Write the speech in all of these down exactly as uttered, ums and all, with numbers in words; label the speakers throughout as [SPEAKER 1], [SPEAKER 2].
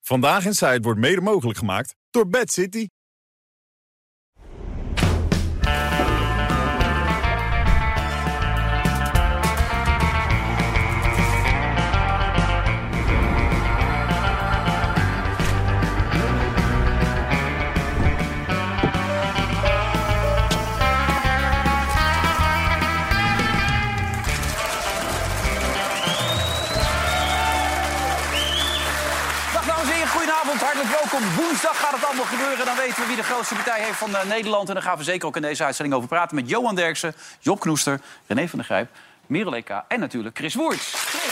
[SPEAKER 1] Vandaag Inside wordt mede mogelijk gemaakt door Bad City.
[SPEAKER 2] Hartelijk welkom. Woensdag gaat het allemaal gebeuren. Dan weten we wie de grootste partij heeft van uh, Nederland. En daar gaan we zeker ook in deze uitzending over praten... met Johan Derksen, Job Knoester, René van der Grijp, Merel Eka en natuurlijk Chris Woerts. Chris.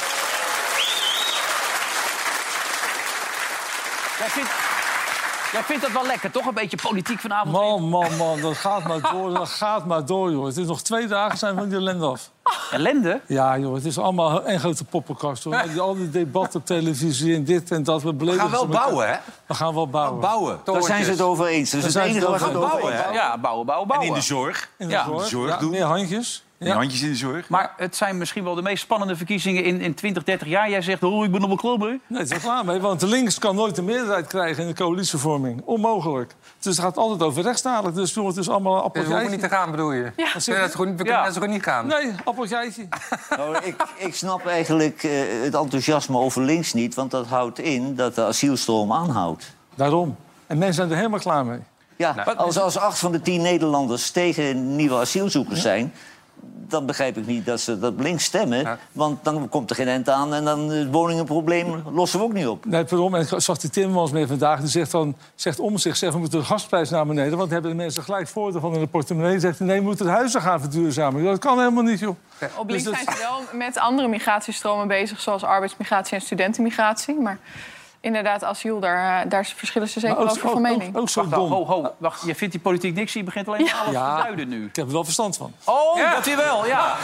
[SPEAKER 2] Jij vindt, jij vindt dat wel lekker, toch? Een beetje politiek vanavond?
[SPEAKER 3] Man, man, man. Dat gaat maar door. Dat gaat maar door, joh. Het is nog twee dagen zijn we van die ellende af.
[SPEAKER 2] Ellende?
[SPEAKER 3] Ja, joh. Het is allemaal een grote poppenkast, hoor. Die, al die debatten op televisie en dit en dat. We,
[SPEAKER 4] we gaan wel bouwen, hè?
[SPEAKER 3] We gaan wel bouwen.
[SPEAKER 4] We bouwen.
[SPEAKER 5] Daar zijn ze het over eens. Dat is het enige waar ze het over eens zijn.
[SPEAKER 2] Ja, bouwen, bouwen, bouwen.
[SPEAKER 4] En in de zorg.
[SPEAKER 3] In de
[SPEAKER 2] ja.
[SPEAKER 3] zorg.
[SPEAKER 4] zorg
[SPEAKER 3] ja,
[SPEAKER 4] doen.
[SPEAKER 3] Meer handjes.
[SPEAKER 4] Ja. handjes in de zorg.
[SPEAKER 2] Maar het zijn misschien wel de meest spannende verkiezingen in, in twintig, dertig jaar. Jij zegt, oh, ik ben nog wel klaar mee.
[SPEAKER 3] Nee, het is er klaar mee. Want de links kan nooit de meerderheid krijgen in de coalitievorming. Onmogelijk. Dus het gaat altijd over rechtsstaatelijk. Dus het is allemaal appeltje.
[SPEAKER 6] Dus we hoeven niet te gaan, bedoel je?
[SPEAKER 3] Ja.
[SPEAKER 6] Dat is goed, we kunnen
[SPEAKER 2] ja.
[SPEAKER 6] net zo goed niet gaan.
[SPEAKER 3] Nee, appeltje.
[SPEAKER 5] Nou, ik, ik snap eigenlijk uh, het enthousiasme over links niet. Want dat houdt in dat de asielstroom aanhoudt.
[SPEAKER 3] Daarom. En mensen zijn er helemaal klaar mee.
[SPEAKER 5] Ja, nou, als, als acht van de tien Nederlanders tegen nieuwe asielzoekers zijn... dan begrijp ik niet dat ze dat links stemmen. Ja. Want dan komt er geen eind aan en dan het woningprobleem lossen we ook niet op.
[SPEAKER 3] Nee, pardon. En ik zag die Timmermans mee vandaag. Die zegt dan, zegt om zich, zegt, we moeten de gasprijs naar beneden. Want dan hebben de mensen gelijk voordeel van in de portemonnee. Zegt hij, nee, we moeten de huizen gaan verduurzamen. Dat kan helemaal niet, joh.
[SPEAKER 7] Ja. Op links
[SPEAKER 3] dus dat...
[SPEAKER 7] zijn ze wel met andere migratiestromen bezig... zoals arbeidsmigratie en studentenmigratie. Maar inderdaad, asiel, daar, daar verschillen ze zeker
[SPEAKER 3] ook,
[SPEAKER 7] over
[SPEAKER 3] ook,
[SPEAKER 7] van mening.
[SPEAKER 3] Ook, ook zo
[SPEAKER 2] wacht,
[SPEAKER 3] dom.
[SPEAKER 2] ho, ho, wacht, je vindt die politiek niks, je begint alleen maar alles
[SPEAKER 3] ja,
[SPEAKER 2] te duiden nu.
[SPEAKER 3] Ik heb er wel verstand van.
[SPEAKER 2] Oh,
[SPEAKER 6] ja.
[SPEAKER 2] dat hij wel, ja.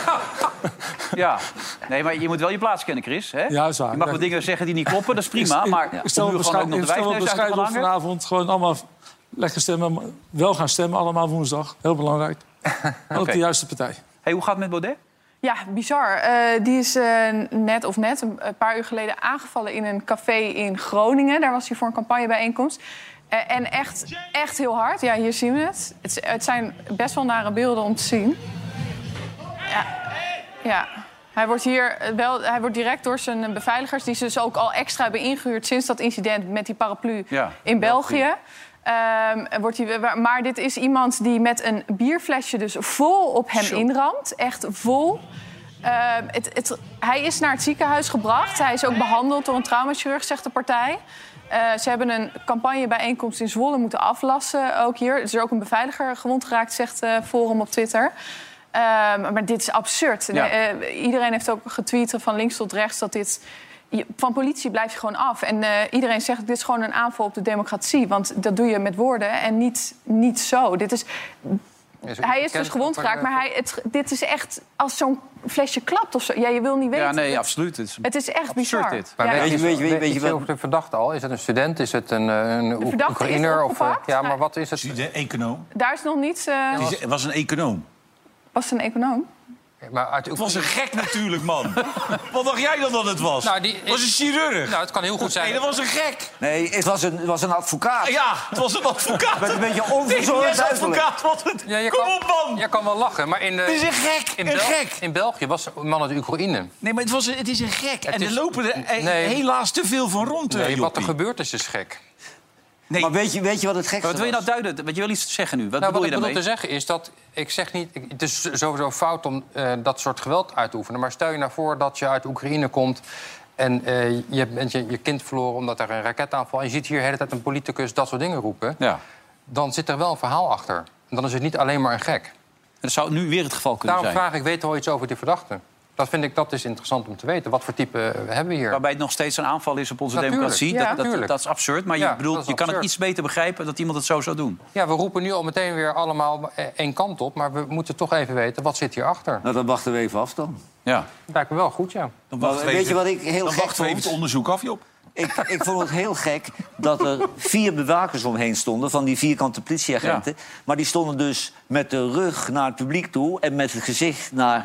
[SPEAKER 2] ja. Nee, maar je moet wel je plaats kennen, Chris. Hè?
[SPEAKER 3] Ja, is waar.
[SPEAKER 2] Je mag wel dingen zeggen die niet kloppen, dat is prima.
[SPEAKER 3] Ik,
[SPEAKER 2] maar
[SPEAKER 3] ik stel
[SPEAKER 2] nu gewoon ook nog de wijsneus uit te gaan hangen.
[SPEAKER 3] Vanavond gewoon allemaal lekker stemmen. Wel gaan stemmen, allemaal woensdag. Heel belangrijk. Okay. Op de juiste partij.
[SPEAKER 2] Hey, hoe gaat het met Baudet?
[SPEAKER 7] Ja, bizar. Uh, die is uh, net of net een paar uur geleden aangevallen in een café in Groningen. Daar was hij voor een campagnebijeenkomst. Uh, en echt, echt heel hard. Ja, hier zien we het. het. Het zijn best wel nare beelden om te zien. Ja. ja. Hij wordt hier wel, hij wordt direct door zijn beveiligers... die ze dus ook al extra hebben ingehuurd sinds dat incident met die paraplu ja, in België... Um, wordt hij, maar dit is iemand die met een bierflesje dus vol op hem inramt. Echt vol. Uh, het, het, hij is naar het ziekenhuis gebracht. Hij is ook behandeld door een traumachirurg, zegt de partij. Uh, ze hebben een campagnebijeenkomst in Zwolle moeten aflassen, ook hier. Er is ook een beveiliger gewond geraakt, zegt uh, Forum op Twitter. Uh, maar dit is absurd. Ja. Uh, iedereen heeft ook getweet van links tot rechts dat dit... Van politie blijf je gewoon af. En uh, iedereen zegt, dit is gewoon een aanval op de democratie. Want dat doe je met woorden en niet, niet zo. Dit is... Hij is dus gewond geraakt, maar hij, het, dit is echt als zo'n flesje klapt of zo. Ja, je wil niet weten.
[SPEAKER 2] Ja, nee,
[SPEAKER 7] het,
[SPEAKER 2] absoluut. Het is,
[SPEAKER 7] het is echt bizar.
[SPEAKER 2] Dit.
[SPEAKER 6] Maar
[SPEAKER 7] ja.
[SPEAKER 6] weet, je, weet, je, weet,
[SPEAKER 5] weet je
[SPEAKER 6] je over de verdachte al? Is het een student? Is het een, een Oekraïner? Of, ja, maar wat is het?
[SPEAKER 4] Een econoom.
[SPEAKER 7] Daar is nog niets... Uh...
[SPEAKER 4] Het was een econoom.
[SPEAKER 7] Was het een econoom?
[SPEAKER 6] Maar uit
[SPEAKER 4] het was een gek natuurlijk, man. Wat dacht jij dan dat het was? Nou, die, het was een chirurg.
[SPEAKER 6] Nou, het kan heel goed zijn.
[SPEAKER 4] Nee, dat was een gek.
[SPEAKER 5] Nee, het was een, het was een advocaat.
[SPEAKER 4] Ja, het was een advocaat.
[SPEAKER 5] Met een beetje onverzorgd uiterlijk.
[SPEAKER 4] advocaat, wat het...
[SPEAKER 6] Ja, je
[SPEAKER 4] Kom
[SPEAKER 6] kan,
[SPEAKER 4] op, man.
[SPEAKER 6] Je kan wel lachen, maar in de...
[SPEAKER 4] Het is een gek,
[SPEAKER 6] in
[SPEAKER 4] een
[SPEAKER 6] Bel
[SPEAKER 4] gek.
[SPEAKER 6] In België was een man uit Oekraïne.
[SPEAKER 4] Nee, maar het, was een, het is een gek.
[SPEAKER 6] Het
[SPEAKER 4] en
[SPEAKER 6] is,
[SPEAKER 4] er lopen er
[SPEAKER 6] nee,
[SPEAKER 4] helaas te veel van rond,
[SPEAKER 6] nee,
[SPEAKER 4] Joppie.
[SPEAKER 6] wat er gebeurt is dus gek.
[SPEAKER 5] Nee. Maar weet je, weet je wat het gekste
[SPEAKER 2] was? Wat wil je nou
[SPEAKER 5] was?
[SPEAKER 2] duiden? Wat je wil iets zeggen nu? Wat
[SPEAKER 6] nou,
[SPEAKER 2] bedoel
[SPEAKER 6] wat
[SPEAKER 2] je
[SPEAKER 6] ik
[SPEAKER 2] daarmee?
[SPEAKER 6] bedoel te zeggen is dat... Ik zeg niet... Ik, het is sowieso fout om uh, dat soort geweld uit te oefenen. Maar stel je nou voor dat je uit Oekraïne komt... en uh, je bent je, je kind verloren omdat er een raketaanval... en je ziet hier de hele tijd een politicus dat soort dingen roepen...
[SPEAKER 2] Ja.
[SPEAKER 6] Dan zit er wel een verhaal achter. En dan is het niet alleen maar een gek.
[SPEAKER 2] En dat zou nu weer het geval kunnen
[SPEAKER 6] Daarom
[SPEAKER 2] zijn.
[SPEAKER 6] vraag ik, weet je wel iets over die verdachte? Dat vind ik, dat is interessant om te weten. Wat voor type hebben we hier?
[SPEAKER 2] Waarbij het nog steeds een aanval is op onze
[SPEAKER 6] Natuurlijk.
[SPEAKER 2] democratie.
[SPEAKER 6] Ja,
[SPEAKER 2] dat, dat, dat is absurd, maar
[SPEAKER 6] ja,
[SPEAKER 2] je, bedoelt, je kan
[SPEAKER 6] absurd.
[SPEAKER 2] het iets beter begrijpen dat iemand het zo zou doen.
[SPEAKER 6] Ja, we roepen nu al meteen weer allemaal één kant op... maar we moeten toch even weten, wat zit hierachter?
[SPEAKER 5] Nou, dan wachten we even af dan.
[SPEAKER 2] Ja.
[SPEAKER 6] Dat lijkt me wel goed, ja.
[SPEAKER 4] Dan
[SPEAKER 5] Maar,
[SPEAKER 4] wachten we
[SPEAKER 5] weet
[SPEAKER 4] even,
[SPEAKER 5] je wat ik heel
[SPEAKER 4] dan
[SPEAKER 5] gek
[SPEAKER 4] wachten we even
[SPEAKER 5] vond?
[SPEAKER 4] het onderzoek af, Job.
[SPEAKER 5] Ik, ik vond het heel gek dat er vier bewakers omheen stonden... van die vierkante politieagenten.
[SPEAKER 2] Ja.
[SPEAKER 5] Maar die stonden dus met de rug naar het publiek toe... en met het gezicht naar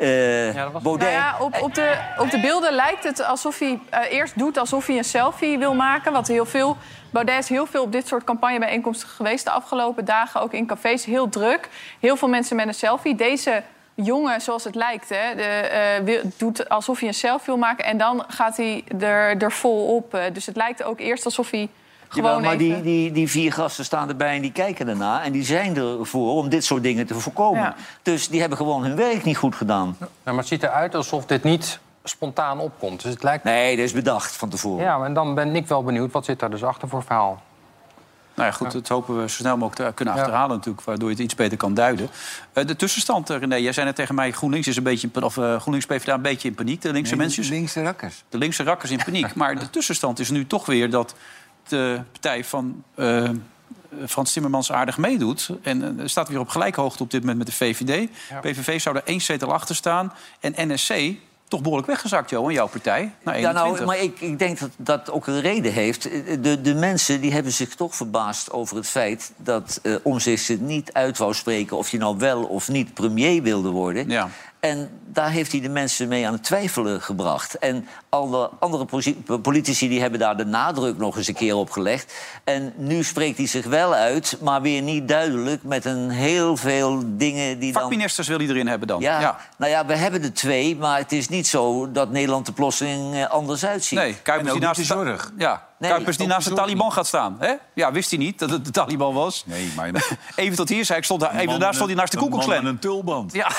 [SPEAKER 5] uh,
[SPEAKER 6] Ja, dat was...
[SPEAKER 5] Baudet.
[SPEAKER 7] Nou ja, op, op, de, op de beelden lijkt het alsof hij uh, eerst doet alsof hij een selfie wil maken. Wat heel veel... Baudet is heel veel op dit soort campagnebijeenkomsten geweest de afgelopen dagen. Ook in cafés, heel druk. Heel veel mensen met een selfie. Deze jongen, zoals het lijkt, hè, de, uh, wil, doet alsof hij een selfie wil maken. En dan gaat hij er, er vol op. Uh, dus het lijkt ook eerst alsof hij...
[SPEAKER 5] Jawel, maar die, die, die vier gasten staan erbij en die kijken ernaar. En die zijn ervoor om dit soort dingen te voorkomen. Ja. Dus die hebben gewoon hun werk niet goed gedaan.
[SPEAKER 6] Ja, maar het ziet eruit alsof dit niet spontaan opkomt. Dus het lijkt...
[SPEAKER 5] Nee, dat is bedacht van tevoren.
[SPEAKER 6] Ja, en dan ben ik wel benieuwd, wat zit daar dus achter voor verhaal?
[SPEAKER 2] Nou ja, goed, dat hopen we zo snel mogelijk kunnen achterhalen ja. natuurlijk, waardoor je het iets beter kan duiden. Uh, de tussenstand, René, jij zei net tegen mij... GroenLinks is een beetje, in, of uh, GroenLinks P v d A een beetje in paniek, de linkse
[SPEAKER 8] nee,
[SPEAKER 2] mensen.
[SPEAKER 8] De linkse rakkers.
[SPEAKER 2] De linkse rakkers in paniek. Maar de tussenstand is nu toch weer dat de partij van uh, Frans Timmermans aardig meedoet. En uh, staat weer op gelijke hoogte op dit moment met de V V D. Ja. P V V zou er één zetel achter staan. En N S C... toch behoorlijk weggezakt, Johan, jouw partij. Naar
[SPEAKER 5] ja, nou, maar ik, ik denk dat dat ook een reden heeft. De, de mensen die hebben zich toch verbaasd over het feit... dat uh, Omtzigt zich niet uit wou spreken... of je nou wel of niet premier wilde worden.
[SPEAKER 2] Ja.
[SPEAKER 5] En daar heeft hij de mensen mee aan het twijfelen gebracht. En alle andere politici die hebben daar de nadruk nog eens een keer op gelegd. En nu spreekt hij zich wel uit, maar weer niet duidelijk... met een heel veel dingen die dan...
[SPEAKER 2] Vakministers wil hij erin hebben dan?
[SPEAKER 5] Ja,
[SPEAKER 2] ja,
[SPEAKER 5] nou ja, we hebben er twee, maar het is niet zo... dat Nederland er plotseling anders uitziet.
[SPEAKER 2] Nee, Kuipers die naast
[SPEAKER 8] de zorg.
[SPEAKER 2] Ja.
[SPEAKER 5] Nee,
[SPEAKER 2] Kuipers die naast de Taliban gaat staan. Hè? Ja, wist hij niet dat het de Taliban was.
[SPEAKER 1] Nee, maar...
[SPEAKER 2] Even tot hier zei ik, stond daar, even daarna stond hij naast de koekoekslam.
[SPEAKER 1] Een man en een tulband.
[SPEAKER 2] Ja.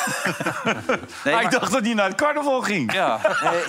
[SPEAKER 4] Nee, maar... Ik dacht dat hij naar het carnaval ging.
[SPEAKER 2] Ja.
[SPEAKER 5] Nee,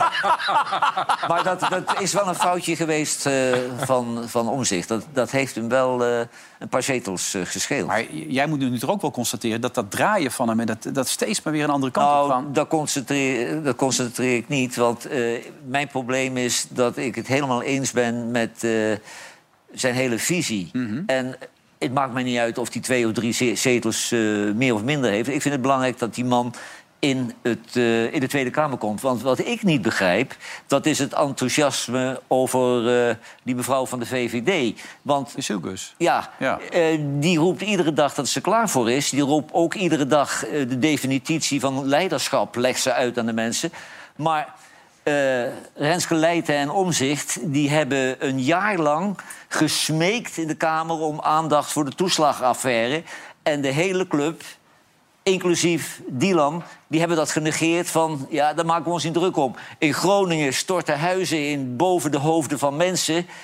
[SPEAKER 5] maar dat, dat is wel een foutje geweest uh, van, van Omtzigt. Dat, dat heeft hem wel uh, een paar zetels uh, gescheeld.
[SPEAKER 2] Maar jij moet nu toch ook wel constateren dat dat draaien van hem... en dat, dat steeds maar weer een andere kant
[SPEAKER 5] nou,
[SPEAKER 2] op gaan.
[SPEAKER 5] Dat concentreer, dat concentreer ik niet. Want uh, mijn probleem is dat ik het helemaal eens ben met uh, zijn hele visie. Mm-hmm. En het maakt mij niet uit of hij twee of drie zetels uh, meer of minder heeft. Ik vind het belangrijk dat die man... In, het, uh, in de Tweede Kamer komt. Want wat ik niet begrijp, dat is het enthousiasme over uh, die mevrouw van de V V D. Want
[SPEAKER 2] Silgus.
[SPEAKER 5] Ja, ja. Uh, die roept iedere dag dat ze klaar voor is. Die roept ook iedere dag uh, de definitie van leiderschap, legt ze uit aan de mensen. Maar uh, Renske Leijten en Omtzigt, die hebben een jaar lang gesmeekt in de Kamer om aandacht voor de toeslagaffaire. En de hele club... inclusief Dylan, die hebben dat genegeerd van... ja, daar maken we ons niet druk om. In Groningen storten huizen in boven de hoofden van mensen. Uh,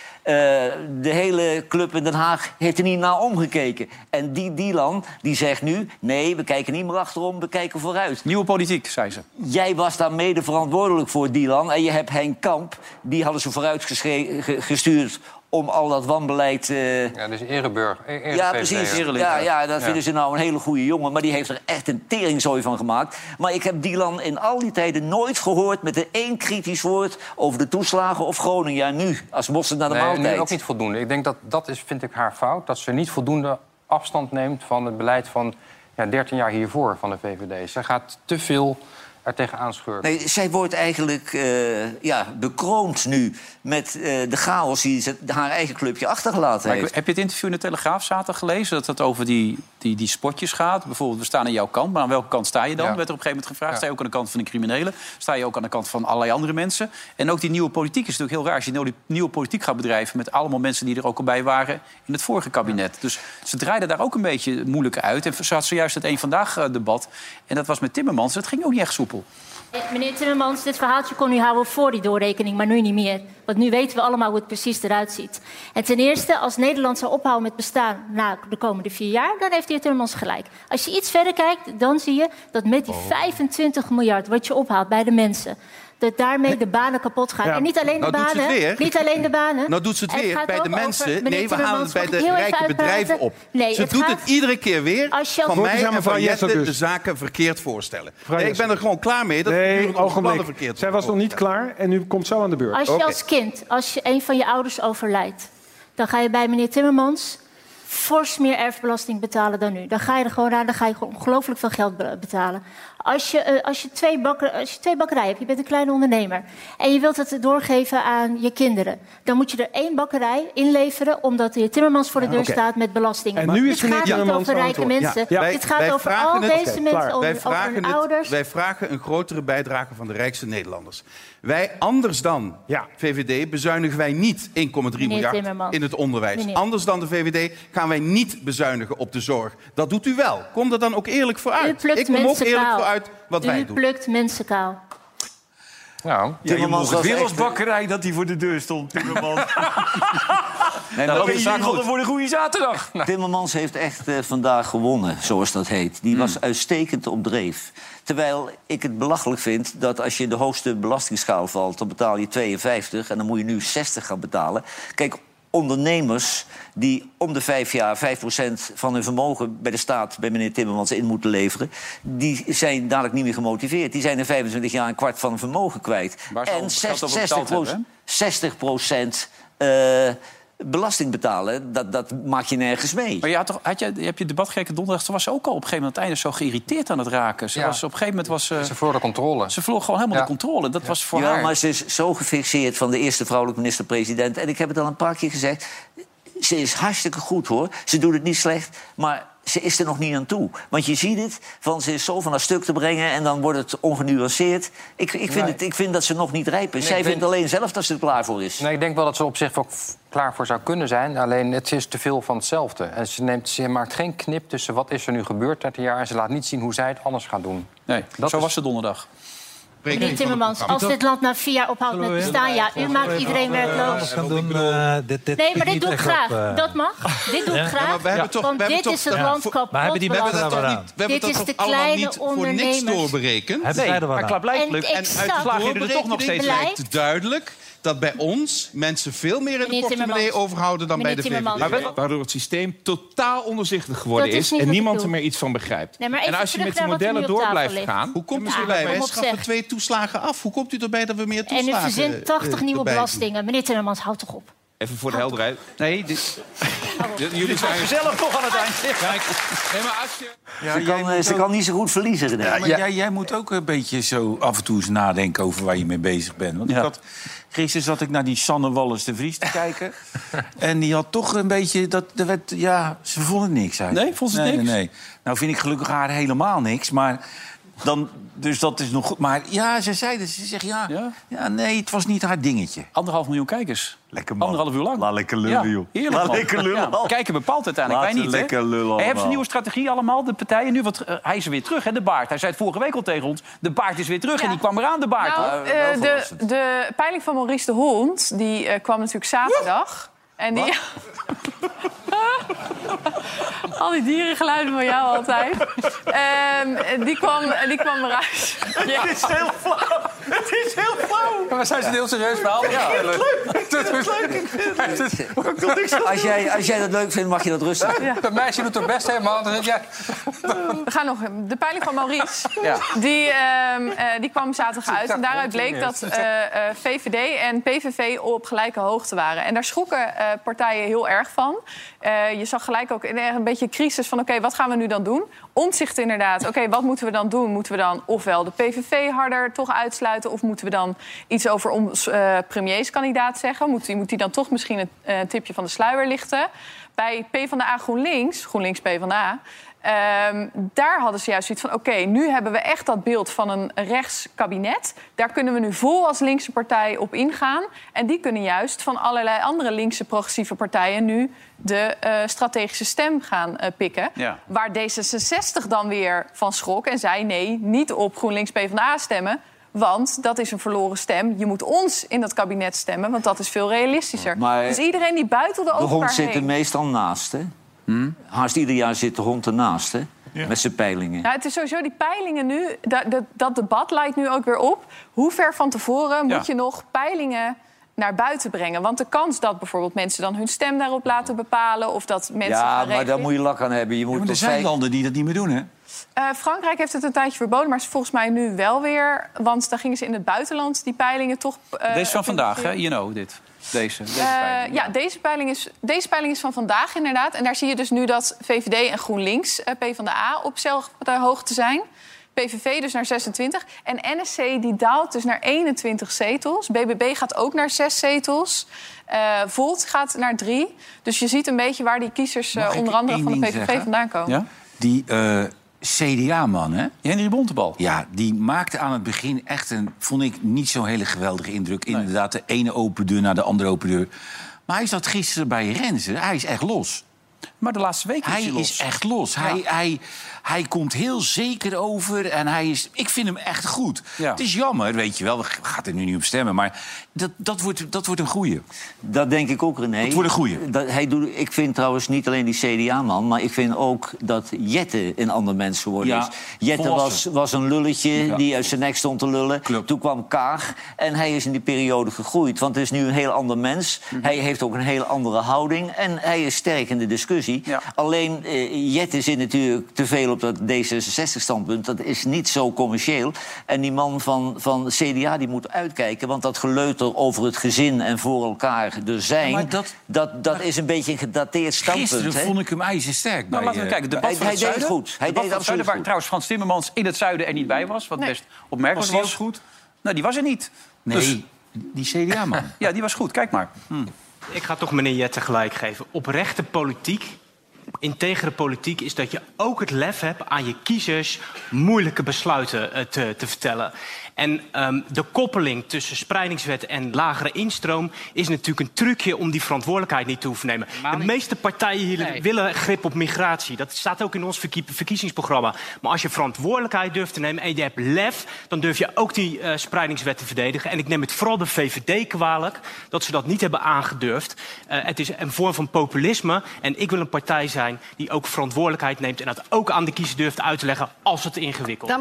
[SPEAKER 5] de hele club in Den Haag heeft er niet naar omgekeken. En die Dylan, die zegt nu... nee, we kijken niet meer achterom, we kijken vooruit.
[SPEAKER 2] Nieuwe politiek, zei ze.
[SPEAKER 5] Jij was daar mede verantwoordelijk voor, Dylan. En je hebt Henk Kamp, die hadden ze vooruit gestuurd... om al dat wanbeleid... Uh...
[SPEAKER 6] Ja, dus Ereburg. Ere
[SPEAKER 5] ja, precies. Ja, ja, dat ja. vinden ze nou een hele goede jongen. Maar die heeft er echt een teringzooi van gemaakt. Maar ik heb Dylan in al die tijden nooit gehoord... met een één kritisch woord over de toeslagen of Groningen. Ja, nu, als mosterd naar de
[SPEAKER 6] nee,
[SPEAKER 5] maaltijd.
[SPEAKER 6] Nee, ook niet voldoende. Ik denk dat dat is, vind ik, haar fout. Dat ze niet voldoende afstand neemt van het beleid van ja, dertien jaar hiervoor van de V V D. Ze gaat te veel... er tegenaan scheurt.
[SPEAKER 5] Nee, zij wordt eigenlijk uh, ja, bekroond nu met uh, de chaos die ze haar eigen clubje achtergelaten heeft.
[SPEAKER 2] Maar heb je het interview in de Telegraaf zaterdag gelezen? Dat het over die, die, die spotjes gaat. Bijvoorbeeld, we staan aan jouw kant. Maar aan welke kant sta je dan? Ja. Werd er op een gegeven moment gevraagd. Ja. Sta je ook aan de kant van de criminelen? Sta je ook aan de kant van allerlei andere mensen? En ook die nieuwe politiek is natuurlijk heel raar. Als je die nieuwe politiek gaat bedrijven... met allemaal mensen die er ook al bij waren in het vorige kabinet. Ja. Dus ze draaiden daar ook een beetje moeilijk uit. En ze had zojuist het Eén Vandaag debat. En dat was met Timmermans. Dat ging ook niet echt soepel.
[SPEAKER 9] Meneer Timmermans, dit verhaaltje kon u houden voor die doorrekening, maar nu niet meer. Want nu weten we allemaal hoe het precies eruit ziet. En ten eerste, als Nederland zou ophouden met bestaan na de komende vier jaar... dan heeft de heer Timmermans gelijk. Als je iets verder kijkt, dan zie je dat met die vijfentwintig miljard... wat je ophaalt bij de mensen... dat daarmee de banen kapot gaan. Ja, en niet alleen de
[SPEAKER 8] nou
[SPEAKER 9] banen. Niet alleen de banen.
[SPEAKER 8] Nou doet ze het weer
[SPEAKER 9] het
[SPEAKER 8] bij de mensen.
[SPEAKER 9] Over,
[SPEAKER 8] nee, we halen het bij de rijke bedrijven op.
[SPEAKER 9] Nee,
[SPEAKER 8] ze
[SPEAKER 9] het
[SPEAKER 8] doet
[SPEAKER 9] gaat,
[SPEAKER 8] het iedere keer weer van mij en van Jette de zaken verkeerd voorstellen. Nee, ik ben er gewoon klaar mee. Dat
[SPEAKER 10] nee, ogenblik. Zij was nog niet klaar en nu komt zo aan de beurt.
[SPEAKER 9] Als je
[SPEAKER 8] okay.
[SPEAKER 9] als kind, als je een van je ouders overlijdt... dan ga je bij meneer Timmermans fors meer erfbelasting betalen dan nu. Dan ga je er gewoon aan, dan ga je gewoon ongelooflijk veel geld be- betalen. Als je, uh, als, je twee bakker, als je twee bakkerijen hebt, je bent een kleine ondernemer... en je wilt het doorgeven aan je kinderen... dan moet je er één bakkerij inleveren... omdat de heer Timmermans voor de deur ja, okay. staat met belastingen.
[SPEAKER 10] En nu is
[SPEAKER 9] dit gaat niet ja, over rijke mensen. Ja. Ja. Dit gaat wij over al het, deze okay, mensen, over,
[SPEAKER 8] wij
[SPEAKER 9] over hun
[SPEAKER 8] het,
[SPEAKER 9] ouders.
[SPEAKER 8] Wij vragen een grotere bijdrage van de rijkste Nederlanders. Wij, anders dan ja. V V D, bezuinigen wij niet één komma drie miljard Timmermans. in het onderwijs. Meneer. Anders dan de V V D gaan wij niet bezuinigen op de zorg. Dat doet u wel. Kom er dan ook eerlijk voor uit.
[SPEAKER 9] Ik kom ook eerlijk
[SPEAKER 8] kaal. voor uit wat
[SPEAKER 9] u
[SPEAKER 8] wij doen.
[SPEAKER 9] U plukt mensen kaal.
[SPEAKER 4] Nou, ja, je mocht het weer als bakkerij dat hij voor de deur stond, Timmermans. nee, nou, dat is goed voor de goede zaterdag.
[SPEAKER 5] Timmermans heeft echt uh, vandaag gewonnen, zoals dat heet. Die mm. was uitstekend op dreef. Terwijl ik het belachelijk vind dat als je in de hoogste belastingsschaal valt... dan betaal je tweeënvijftig en dan moet je nu zestig gaan betalen. Kijk, ondernemers die om de vijf jaar vijf procent van hun vermogen bij de staat... bij meneer Timmermans in moeten leveren... die zijn dadelijk niet meer gemotiveerd. Die zijn in vijfentwintig jaar een kwart van hun vermogen kwijt. En zestig procent uh, belasting betalen, dat, dat maak je nergens mee.
[SPEAKER 2] Maar je had toch, had je, heb je debat gekeken donderdag... ze was ook al op een gegeven moment aan het einde zo geïrriteerd aan het raken. Ze, ja. was, op een gegeven moment was, uh,
[SPEAKER 6] ze verloor de controle.
[SPEAKER 2] Ze verloor gewoon helemaal ja. de controle. Dat ja. was voor
[SPEAKER 5] ja,
[SPEAKER 2] haar.
[SPEAKER 5] Maar ze is zo gefixeerd van de eerste vrouwelijke minister-president. En ik heb het al een paar keer gezegd. Ze is hartstikke goed, hoor. Ze doet het niet slecht, maar ze is er nog niet aan toe. Want je ziet het, van ze is zo van haar stuk te brengen... en dan wordt het ongenuanceerd. Ik, ik, vind,
[SPEAKER 6] nee.
[SPEAKER 5] het, ik vind dat ze nog niet rijp is. Nee, Zij vindt vind... alleen zelf dat ze er klaar voor is.
[SPEAKER 6] Nee, ik denk wel dat ze op zich ook klaar voor zou kunnen zijn. Alleen het is te veel van hetzelfde. En ze, neemt, ze maakt geen knip tussen wat is er nu gebeurd dertien jaar... en ze laat niet zien hoe zij het anders gaat doen.
[SPEAKER 2] Nee, dat zo is... was ze donderdag.
[SPEAKER 9] Meneer Timmermans, als dit land na vier jaar ophoudt met bestaan... ja, u maakt iedereen werkloos. Nee, maar dit doe ik graag. Dat mag. Dit doe ik graag. Want dit is het land kapot. Dit is de kleine ondernemers.
[SPEAKER 8] Voor niks doorberekend.
[SPEAKER 4] Nee, maar klaarblijkelijk.
[SPEAKER 8] En uitslagen jullie er toch nog steeds lijkt duidelijk... dat bij ons mensen veel meer in de portemonnee overhouden dan bij de V V D.
[SPEAKER 11] Waardoor het systeem totaal onderzichtig geworden is... en niemand er meer iets van begrijpt.
[SPEAKER 9] Nee,
[SPEAKER 11] en als je met die modellen door blijft gaan...
[SPEAKER 8] Hoe komt u erbij? Wij schaffen twee toeslagen af. Hoe komt u erbij dat we meer toeslagen...
[SPEAKER 9] En u verzint tachtig nieuwe belastingen. Meneer Timmermans, houd toch op.
[SPEAKER 11] Even voor de helderheid.
[SPEAKER 4] Nee, dit... jullie zijn gezellig toch aan het eind.
[SPEAKER 11] Kijk, nee, maar als je...
[SPEAKER 5] Ja, ze kan, uh, ze kan niet zo goed verliezen.
[SPEAKER 4] Ja, maar ja. Jij, jij moet ook een beetje zo af en toe eens nadenken over waar je mee bezig bent. Want ja. ik had, gisteren zat ik naar die Sanne Wallis de Vries te kijken. En die had toch een beetje... Dat, dat werd, ja, ze vonden niks uit.
[SPEAKER 2] Nee, vond ze
[SPEAKER 4] nee,
[SPEAKER 2] niks?
[SPEAKER 4] Nee, nee. Nou vind ik gelukkig haar helemaal niks, maar... Dan, dus dat is nog goed. Maar ja, ze zeiden, ze zegt ja, ja. Ja, nee, het was niet haar dingetje.
[SPEAKER 2] Anderhalf miljoen kijkers.
[SPEAKER 4] Lekker man.
[SPEAKER 2] Anderhalf uur lang.
[SPEAKER 4] Laat lekker lullen,
[SPEAKER 2] ja,
[SPEAKER 4] joh.
[SPEAKER 2] Heerlijk,
[SPEAKER 4] Laat
[SPEAKER 2] man.
[SPEAKER 4] lekker lullen.
[SPEAKER 2] Ja, kijken bepaalt uiteindelijk.
[SPEAKER 4] Laat
[SPEAKER 2] wij niet,
[SPEAKER 4] lekker
[SPEAKER 2] hè?
[SPEAKER 4] lullen.
[SPEAKER 2] Hij heeft een nieuwe strategie allemaal, de partijen nu. Want uh, hij is weer terug, hè, de baard. Hij zei het vorige week al tegen ons. De baard is weer terug ja. en die kwam eraan, de baard.
[SPEAKER 7] Nou, uh, de, de peiling van Maurice de Hond, die uh, kwam natuurlijk zaterdag. En die... Al die dierengeluiden van jou altijd. Um, die, kwam, die kwam eruit.
[SPEAKER 4] Ja. Het is heel flauw. Het is heel flauw.
[SPEAKER 6] Maar zijn ze een heel serieus verhaal? Ja.
[SPEAKER 5] Ja. Als jij, als jij dat leuk vindt, mag je dat rustig.
[SPEAKER 6] Ja. Dat meisje doet het best helemaal. Ja.
[SPEAKER 7] We gaan nog. De peiling van Maurice. Ja. Die, um, uh, die kwam zaterdag uit. En daaruit bleek dat uh, uh, V V D en P V V op gelijke hoogte waren. En daar schrokken uh, partijen heel erg van. Uh, je zag gelijk ook een beetje een crisis van... oké, okay, wat gaan we nu dan doen? Omtzigt inderdaad. Oké, okay, wat moeten we dan doen? Moeten we dan ofwel de P V V harder toch uitsluiten... of moeten we dan iets over ons uh, premierskandidaat zeggen? Moet die, moet die dan toch misschien een uh, tipje van de sluier lichten? Bij PvdA GroenLinks, GroenLinks PvdA... Um, daar hadden ze juist zoiets van... oké, okay, nu hebben we echt dat beeld van een rechtskabinet. Daar kunnen we nu vol als linkse partij op ingaan. En die kunnen juist van allerlei andere linkse progressieve partijen... nu de uh, strategische stem gaan uh, pikken. Ja. Waar D zesenzestig dan weer van schrok en zei... nee, niet op GroenLinks PvdA stemmen... want dat is een verloren stem. Je moet ons in dat kabinet stemmen, want dat is veel realistischer. Maar dus iedereen die buitelde over elkaar heen...
[SPEAKER 5] De hond zit er meestal naast, hè? Hmm? Haast ieder jaar zit de hond ernaast, hè? Ja. Met zijn peilingen.
[SPEAKER 7] Nou, het is sowieso die peilingen nu... Dat, dat, dat debat lijkt nu ook weer op. Hoe ver van tevoren moet ja. je nog peilingen naar buiten brengen? Want de kans dat bijvoorbeeld mensen dan hun stem daarop laten bepalen... of dat mensen
[SPEAKER 5] ja,
[SPEAKER 7] gaan
[SPEAKER 5] maar daar moet je lak aan hebben. Je moet
[SPEAKER 4] ja, maar er zijn vijf... landen die dat niet meer doen, hè?
[SPEAKER 7] Uh, Frankrijk heeft het een tijdje verboden, maar is volgens mij nu wel weer. Want dan gingen ze in het buitenland die peilingen toch... Uh,
[SPEAKER 2] Deze van vandaag, hè? You know, dit. Deze, deze
[SPEAKER 7] uh,
[SPEAKER 2] peiling.
[SPEAKER 7] Ja, deze peiling, is, deze peiling is van vandaag inderdaad. En daar zie je dus nu dat V V D en GroenLinks, uh, PvdA, op dezelfde hoogte zijn. P V V dus naar zesentwintig. En N S C die daalt dus naar eenentwintig zetels. B B B gaat ook naar zes zetels. Uh, Volt gaat naar drie. Dus je ziet een beetje waar die kiezers uh, onder andere van de P V V zeggen? vandaan komen.
[SPEAKER 4] Ja? Die uh, C D A-man, hè?
[SPEAKER 2] Henry Bontebal.
[SPEAKER 4] Ja, die maakte aan het begin echt een, vond ik, niet zo'n hele geweldige indruk. Nee. Inderdaad, de ene open deur naar de andere open deur. Maar hij zat gisteren bij Renze. Hij is echt los.
[SPEAKER 2] Maar de laatste weken is hij,
[SPEAKER 4] hij
[SPEAKER 2] los.
[SPEAKER 4] is echt los. Ja. Hij, hij, hij komt heel zeker over en hij is... Ik vind hem echt goed. Ja. Het is jammer, weet je wel. We gaan er nu niet op stemmen, maar dat, dat, wordt, dat wordt een goeie.
[SPEAKER 5] Dat denk ik ook, René.
[SPEAKER 4] Dat wordt een goeie.
[SPEAKER 5] Dat, hij doet, ik vind trouwens niet alleen die C D A-man... maar ik vind ook dat Jette een ander mens geworden ja, is. Jette was, was een lulletje ja. die uit zijn nek stond te lullen. Klopt. Toen kwam Kaag en hij is in die periode gegroeid. Want het is nu een heel ander mens. Mm-hmm. Hij heeft ook een heel andere houding. En hij is sterk in de discussie. Ja. Alleen, uh, Jette zit natuurlijk te veel op dat D zesenzestig-standpunt. Dat is niet zo commercieel. En die man van, van C D A die moet uitkijken. Want dat geleuter over het gezin en voor elkaar er zijn... Ja, dat, dat, dat is een beetje een gedateerd standpunt.
[SPEAKER 4] Gisteren
[SPEAKER 5] he?
[SPEAKER 4] vond ik hem ijzersterk.
[SPEAKER 2] Nou, laten we kijken. Debat
[SPEAKER 5] hij
[SPEAKER 2] van
[SPEAKER 5] hij
[SPEAKER 2] het
[SPEAKER 5] deed
[SPEAKER 2] zuiden,
[SPEAKER 5] het goed. Hij deed het absoluut
[SPEAKER 2] zuiden, waar
[SPEAKER 5] goed.
[SPEAKER 2] trouwens Frans Timmermans in het zuiden er niet bij was. Wat nee. best opmerkelijk was.
[SPEAKER 4] Was die goed?
[SPEAKER 2] Nou, die was er niet.
[SPEAKER 4] Nee, dus, die C D A-man.
[SPEAKER 2] Ja, die was goed. Kijk maar. Hm.
[SPEAKER 12] Ik ga toch meneer Jette gelijk geven. Oprechte politiek, integere politiek, is dat je ook het lef hebt aan je kiezers moeilijke besluiten uh, te, te vertellen. En um, de koppeling tussen spreidingswet en lagere instroom is natuurlijk een trucje om die verantwoordelijkheid niet te hoeven nemen. De meeste partijen hier nee. willen grip op migratie. Dat staat ook in ons verkie- verkiezingsprogramma. Maar als je verantwoordelijkheid durft te nemen en je hebt lef, dan durf je ook die uh, spreidingswet te verdedigen. En ik neem het vooral de V V D kwalijk dat ze dat niet hebben aangedurfd. Uh, het is een vorm van populisme. En ik wil een partij zijn die ook verantwoordelijkheid neemt en dat ook aan de kiezer durft uit te leggen als het ingewikkeld is.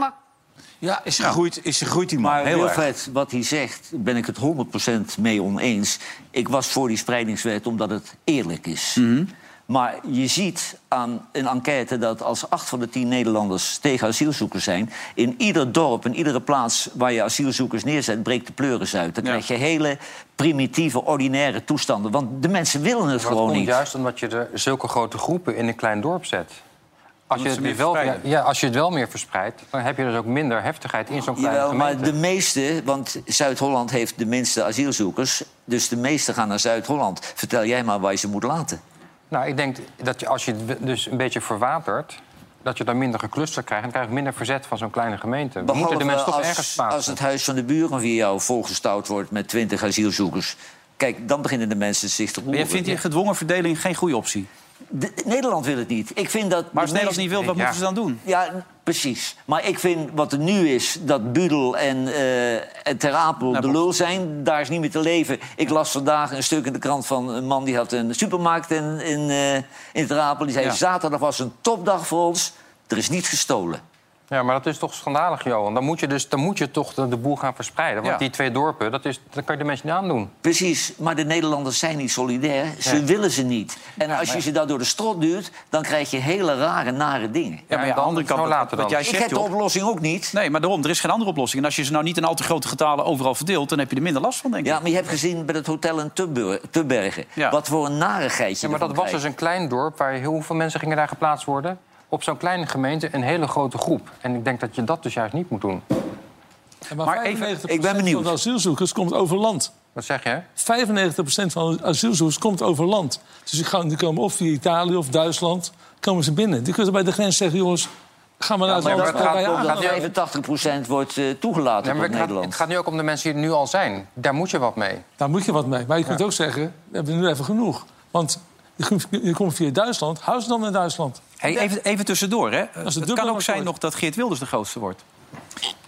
[SPEAKER 4] Ja, is gegroeid, is gegroeid die man.
[SPEAKER 5] Maar
[SPEAKER 4] heel
[SPEAKER 5] Wilfred,
[SPEAKER 4] erg.
[SPEAKER 5] wat hij zegt, ben ik het honderd procent mee oneens. Ik was voor die spreidingswet omdat het eerlijk is. Mm-hmm. Maar je ziet aan een enquête dat als acht van de tien Nederlanders tegen asielzoekers zijn... in ieder dorp, in iedere plaats waar je asielzoekers neerzet, breekt de pleuris uit. Dan ja. krijg je hele primitieve, ordinaire toestanden. Want de mensen willen het
[SPEAKER 6] maar
[SPEAKER 5] gewoon
[SPEAKER 6] komt
[SPEAKER 5] niet.
[SPEAKER 6] Juist omdat je er zulke grote groepen in een klein dorp zet. Als je, het wel, ja, ja, als je het wel meer verspreidt, dan heb je dus ook minder heftigheid in zo'n kleine
[SPEAKER 5] Jawel,
[SPEAKER 6] gemeente.
[SPEAKER 5] maar de meeste, want Zuid-Holland heeft de minste asielzoekers... dus de meeste gaan naar Zuid-Holland. Vertel jij maar waar je ze moet laten.
[SPEAKER 6] Nou, ik denk dat je, als je het dus een beetje verwatert... dat je dan minder geclusterd krijgt... en dan krijg je minder verzet van zo'n kleine gemeente. We moeten de mensen toch
[SPEAKER 5] als,
[SPEAKER 6] ergens plaatsen.
[SPEAKER 5] Als het huis van de buren via jou volgestouwd wordt met twintig asielzoekers... kijk, dan beginnen de mensen zich te roeren.
[SPEAKER 2] Maar jij vindt die gedwongen verdeling geen goede optie?
[SPEAKER 5] De, Nederland wil het niet. Ik vind dat
[SPEAKER 2] maar als Nederland niet wil, wat ja. moeten ze dan doen?
[SPEAKER 5] Ja, precies. Maar ik vind wat er nu is, dat Budel en, uh, en Ter Apel nou, de lul zijn... daar is niet meer te leven. Ik las vandaag een stuk in de krant van een man... die had een supermarkt in, in, uh, in Ter Apel. Die zei, ja. zaterdag was een topdag voor ons. Er is niets gestolen.
[SPEAKER 6] Ja, maar dat is toch schandalig, Johan. Dan moet je, dus, dan moet je toch de, de boel gaan verspreiden. Want ja. die twee dorpen, dat, is, dat kan je de mensen niet aandoen.
[SPEAKER 5] Precies, maar de Nederlanders zijn niet solidair. Ze nee. willen ze niet. En als je ze daar door de strot duwt, dan krijg je hele rare, nare dingen.
[SPEAKER 2] Ja, maar ja, aan de andere kant, wat, later wat jij zegt,
[SPEAKER 5] ik heb de oplossing ook niet.
[SPEAKER 2] Nee, maar daarom, er is geen andere oplossing. En als je ze nou niet in al te grote getalen overal verdeelt... dan heb je er minder last van, denk ik.
[SPEAKER 5] Ja, maar je hebt gezien bij het hotel in Tubbergen... Ja. wat voor een narigheidje.
[SPEAKER 6] Ja, maar dat was krijgt. dus een klein dorp. Waar hoeveel mensen gingen daar geplaatst worden? Op zo'n kleine gemeente een hele grote groep. En ik denk dat je dat dus juist niet moet doen.
[SPEAKER 3] Ja, maar, maar even, ik ben benieuwd. Van de asielzoekers komt over land.
[SPEAKER 6] Wat zeg je?
[SPEAKER 3] vijfennegentig procent van de asielzoekers komt over land. Dus die, gaan, die komen of via Italië of Duitsland, komen ze binnen. Die kunnen bij de grens zeggen, jongens, gaan we naar
[SPEAKER 5] ja,
[SPEAKER 3] het land.
[SPEAKER 5] Dat gaat dat vijfentachtig procent wordt uh, toegelaten ja,
[SPEAKER 6] door Nederland. Het gaat nu ook om de mensen die er nu al zijn. Daar moet je wat mee.
[SPEAKER 3] Daar moet je wat mee. Maar je kunt ja. ook zeggen, we hebben nu even genoeg. Want je komt via Duitsland, hou ze dan in Duitsland.
[SPEAKER 2] Hey, even, even tussendoor, hè. Het kan ook zijn nog dat Geert Wilders de grootste wordt.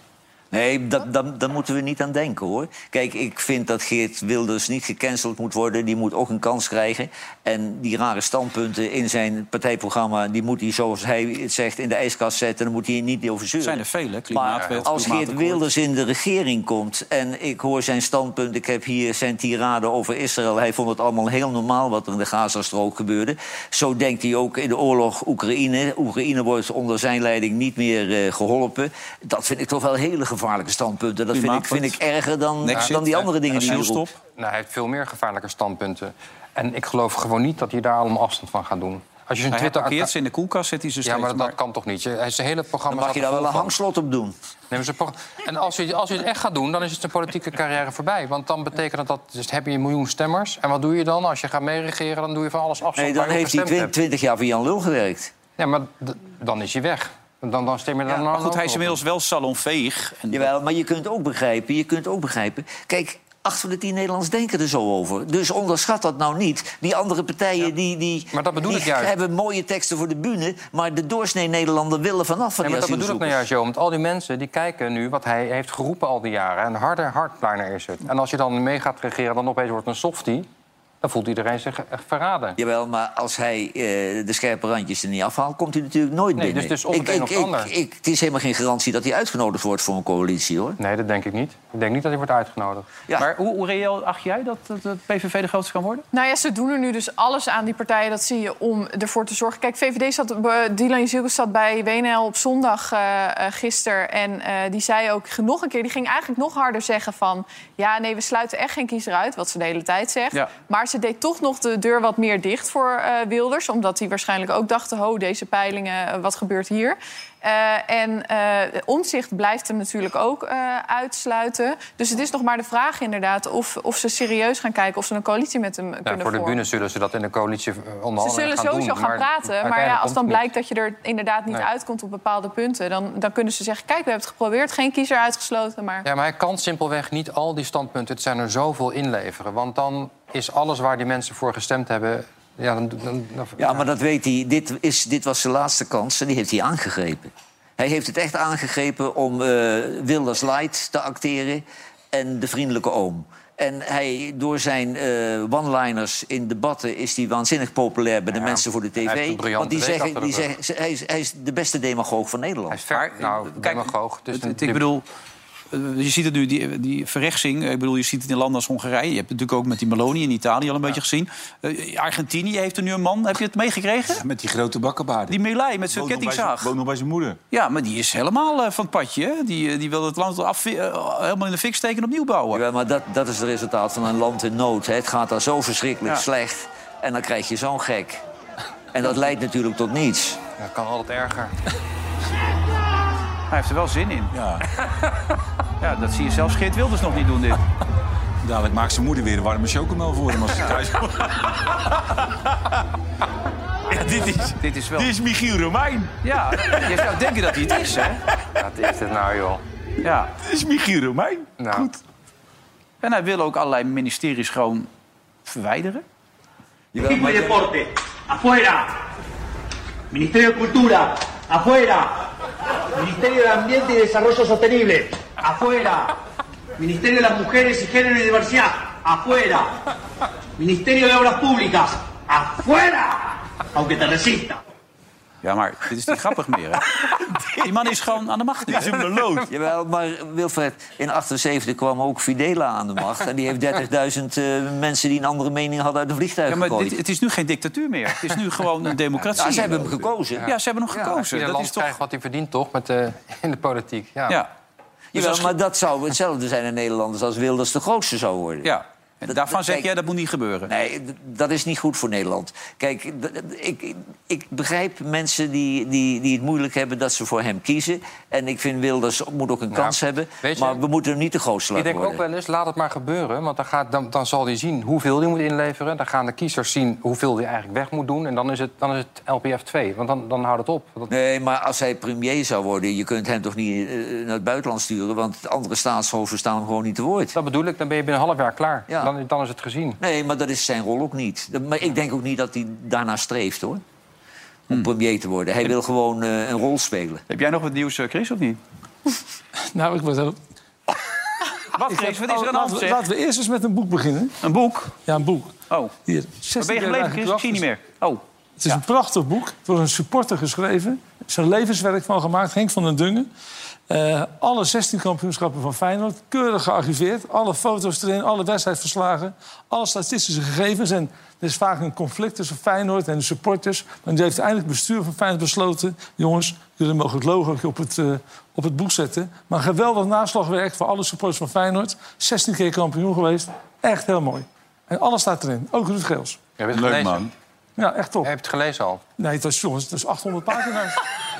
[SPEAKER 5] Nee, dat, dat, daar moeten we niet aan denken, hoor. Kijk, ik vind dat Geert Wilders niet gecanceld moet worden. Die moet ook een kans krijgen. En die rare standpunten in zijn partijprogramma... die moet hij, zoals hij het zegt, in de ijskast zetten. Daar moet hij niet over zeuren.
[SPEAKER 2] Er zijn er vele,
[SPEAKER 5] maar als Geert Wilders in de regering komt... en ik hoor zijn standpunt... ik heb hier zijn tirade over Israël... hij vond het allemaal heel normaal wat er in de Gazastrook gebeurde. Zo denkt hij ook in de oorlog Oekraïne. Oekraïne wordt onder zijn leiding niet meer uh, geholpen. Dat vind ik toch wel hele gevaarlijke standpunten. Dat vind ik, vind ik erger dan, dan die andere dingen die hij roept.
[SPEAKER 6] Nou, hij heeft veel meer gevaarlijke standpunten. En ik geloof gewoon niet hij daar allemaal afstand van gaat doen. Als je zijn
[SPEAKER 2] hij
[SPEAKER 6] Twitter
[SPEAKER 2] parkeert ze in de koelkast, zet hij ze steeds.
[SPEAKER 6] Ja, maar dat,
[SPEAKER 2] maar...
[SPEAKER 6] dat kan toch niet? Hij zijn hele programma.
[SPEAKER 5] Dan mag je daar wel een hangslot op doen.
[SPEAKER 6] Nee, maar en als je, als je het echt gaat doen, dan is het zijn politieke carrière voorbij. Want dan betekent dat, dat dus heb je een miljoen stemmers. En wat doe je dan? Als je gaat meeregeren, dan doe je van alles afstand.
[SPEAKER 5] Nee, dan heeft hij twintig jaar voor Jan Lul gewerkt.
[SPEAKER 6] Ja, maar d- dan is hij weg. Dan, dan stem je dan
[SPEAKER 2] ja, maar goed, hij is inmiddels wel salonveeg. En
[SPEAKER 5] Jawel, maar je kunt ook begrijpen, je kunt ook begrijpen... Kijk, acht van de tien Nederlanders denken er zo over. Dus onderschat dat nou niet. Die andere partijen ja. die, die,
[SPEAKER 6] maar dat bedoel
[SPEAKER 5] die
[SPEAKER 6] ik juist.
[SPEAKER 5] hebben mooie teksten voor de bühne... maar de doorsnee Nederlander willen vanaf van
[SPEAKER 6] ja,
[SPEAKER 5] die
[SPEAKER 6] maar dat bedoel ik nou juist, Jo. Want al die mensen die kijken nu wat hij heeft geroepen al die jaren. En harder hardliner is het. En als je dan mee gaat regeren, dan opeens wordt het een softie... dan voelt iedereen zich echt verraden.
[SPEAKER 5] Jawel, maar als hij uh, de scherpe randjes er niet afhaalt... komt hij natuurlijk nooit
[SPEAKER 6] nee,
[SPEAKER 5] binnen.
[SPEAKER 6] Dus, dus of het ik, een of
[SPEAKER 5] ik,
[SPEAKER 6] ander.
[SPEAKER 5] Ik, ik, het is helemaal geen garantie dat hij uitgenodigd wordt voor een coalitie, hoor.
[SPEAKER 6] Nee, dat denk ik niet. Ik denk niet dat hij wordt uitgenodigd.
[SPEAKER 2] Ja. Maar hoe, hoe reëel acht jij dat, dat het P V V de grootste kan worden?
[SPEAKER 7] Nou ja, ze doen er nu dus alles aan, die partijen, dat zie je, om ervoor te zorgen. Kijk, V V D zat, Dylan Jezielkes zat bij W N L op zondag uh, uh, gisteren... en uh, die zei ook nog een keer, die ging eigenlijk nog harder zeggen van... ja, nee, we sluiten echt geen kiezer uit, wat ze de hele tijd zegt. Ja. Maar ze deed toch nog de deur wat meer dicht voor uh, Wilders... omdat hij waarschijnlijk ook dacht, ho, deze peilingen, uh, wat gebeurt hier? Uh, en uh, Omtzigt blijft hem natuurlijk ook uh, uitsluiten. Dus het is nog maar de vraag inderdaad of, of ze serieus gaan kijken... of ze een coalitie met hem ja, kunnen vormen.
[SPEAKER 6] Voor de bühne zullen ze dat in de coalitie onderhandelen
[SPEAKER 7] Ze zullen
[SPEAKER 6] gaan
[SPEAKER 7] sowieso
[SPEAKER 6] doen,
[SPEAKER 7] gaan praten. Maar ja, als dan
[SPEAKER 6] niet.
[SPEAKER 7] blijkt dat je er inderdaad niet nee. uitkomt op bepaalde punten... Dan, dan kunnen ze zeggen, kijk, we hebben het geprobeerd, geen kiezer uitgesloten. Maar...
[SPEAKER 6] Ja, maar hij kan simpelweg niet al die standpunten... het zijn er zoveel inleveren. Want dan is alles waar die mensen voor gestemd hebben... Ja, dan, dan, dan,
[SPEAKER 5] ja, maar dat weet hij. Dit, is, dit was zijn laatste kans en die heeft hij aangegrepen. Hij heeft het echt aangegrepen om uh, Wilders Light te acteren en de vriendelijke oom. En hij, door zijn uh, one-liners in debatten is hij waanzinnig populair bij de ja, mensen voor de tv. Want die zeggen, die zeggen, hij, is, hij is de beste demagoog van Nederland.
[SPEAKER 6] Hij is ver, nou, kijk, demagoog. Dus
[SPEAKER 2] het, het, ik bedoel... Je ziet het nu, die, die verrechtsing. Ik bedoel, je ziet het in landen als Hongarije. Je hebt het natuurlijk ook met die Meloni in Italië al een ja. beetje gezien. Uh, Argentinië heeft er nu een man. Heb je het meegekregen?
[SPEAKER 4] Ja, met die grote bakkenbaarden.
[SPEAKER 2] Die Milei met zijn kettingzaag.
[SPEAKER 4] Woont nog bij zijn moeder.
[SPEAKER 2] Ja, maar die is helemaal uh, van het padje. Hè? Die, die wil het land af, uh, helemaal in de fik steken en opnieuw bouwen.
[SPEAKER 5] Ja, maar dat, dat is het resultaat van een land in nood. Hè. Het gaat daar zo verschrikkelijk ja. slecht. En dan krijg je zo'n gek. En dat leidt natuurlijk tot niets.
[SPEAKER 6] Dat kan altijd erger.
[SPEAKER 2] Hij heeft er wel zin in. Ja. Ja, dat zie je zelfs Geert Wilders nog niet doen, dit.
[SPEAKER 4] Dadelijk maakt zijn moeder weer een warme chocomel voor hem als hij thuis komt.
[SPEAKER 2] Ja, dit is, dit is wel...
[SPEAKER 4] Dit is Michiel Romein.
[SPEAKER 2] Ja, je zou denken dat hij het is, hè?
[SPEAKER 6] Wat is het nou, joh?
[SPEAKER 2] Ja.
[SPEAKER 4] Dit is Michiel Romein.
[SPEAKER 6] Nou.
[SPEAKER 2] Goed. En hij wil ook allerlei ministeries gewoon verwijderen.
[SPEAKER 13] Turismo y deporte, afuera. Ministerio de Cultura, afuera. Ministerio de Ambiente y Desarrollo Sostenible, afuera. Ministerio de las Mujeres y Género y Diversidad, afuera. Ministerio de Obras Públicas, afuera. Aunque te resista.
[SPEAKER 2] Ja, maar dit is niet grappig meer, hè? Die man is gewoon aan de macht.
[SPEAKER 4] Dit is een beloond.
[SPEAKER 5] Jawel, maar Wilfred, in achtenzeventig kwam ook Fidela aan de macht. En die heeft dertigduizend uh, mensen die een andere mening hadden uit een vliegtuig
[SPEAKER 2] ja, maar
[SPEAKER 5] gegooid.
[SPEAKER 2] dit, het is nu geen dictatuur meer. Het is nu gewoon een democratie.
[SPEAKER 5] Ja, ze hebben hem gekozen.
[SPEAKER 2] Ja, ja ze hebben hem gekozen.
[SPEAKER 6] Ja, dat land is toch... krijgt wat hij verdient, toch? Met, uh, in de politiek. Ja.
[SPEAKER 2] ja.
[SPEAKER 5] Dus Jawel, maar dat zou hetzelfde zijn in Nederlanders als Wilders de grootste zou worden.
[SPEAKER 2] Ja. En
[SPEAKER 5] dat,
[SPEAKER 2] daarvan
[SPEAKER 5] dat,
[SPEAKER 2] zeg
[SPEAKER 5] kijk,
[SPEAKER 2] jij, dat moet niet gebeuren.
[SPEAKER 5] Nee, dat is niet goed voor Nederland. Kijk, ik, ik begrijp mensen die, die, die het moeilijk hebben dat ze voor hem kiezen. En ik vind Wilders moet ook een kans nou, hebben. Je, maar we moeten hem niet te grootste laten worden.
[SPEAKER 6] Ik denk ook wel eens, laat het maar gebeuren. Want dan, gaat, dan, dan zal hij zien hoeveel hij moet inleveren. Dan gaan de kiezers zien hoeveel hij eigenlijk weg moet doen. En dan is het, dan is het L P F twee. Want dan, dan houdt het op. Dat...
[SPEAKER 5] Nee, maar als hij premier zou worden... je kunt hem toch niet uh, naar het buitenland sturen... want andere staatshoofden staan hem gewoon niet te woord.
[SPEAKER 6] Dat bedoel ik, dan ben je binnen een half jaar klaar. Ja. Dan, dan is het gezien.
[SPEAKER 5] Nee, maar dat is zijn rol ook niet. Maar ik denk ook niet dat hij daarna streeft, hoor. Om hmm. premier te worden. Hij wil gewoon uh, een rol spelen.
[SPEAKER 2] Heb jij nog wat nieuws, Chris, of niet?
[SPEAKER 3] Nou, ik word heel...
[SPEAKER 2] Wat, Chris? Wat is er aan de hand, zeg?
[SPEAKER 3] Laten we eerst eens met een boek beginnen.
[SPEAKER 2] Een boek?
[SPEAKER 3] Ja, een boek.
[SPEAKER 2] Oh.
[SPEAKER 3] Hier,
[SPEAKER 2] Waar ben je gebleven, Chris? Ik zie niet meer. Oh.
[SPEAKER 3] Het is ja. een prachtig boek, door een supporter geschreven. Er is een levenswerk van gemaakt, Henk van den Dungen. Uh, alle zestien kampioenschappen van Feyenoord, keurig gearchiveerd. Alle foto's erin, alle wedstrijdverslagen, alle statistische gegevens. En er is vaak een conflict tussen Feyenoord en de supporters. Maar nu heeft uiteindelijk het bestuur van Feyenoord besloten... jongens, jullie mogen het logo op het, uh, op het boek zetten. Maar geweldig naslagwerk voor alle supporters van Feyenoord. zestien keer kampioen geweest. Echt heel mooi. En alles staat erin, ook Ruud Geels.
[SPEAKER 6] Ja, leuk, gelezen? Man.
[SPEAKER 3] Ja, echt top.
[SPEAKER 6] Je hebt het gelezen al?
[SPEAKER 3] Nee, het is, jongens, het is achthonderd pagina's.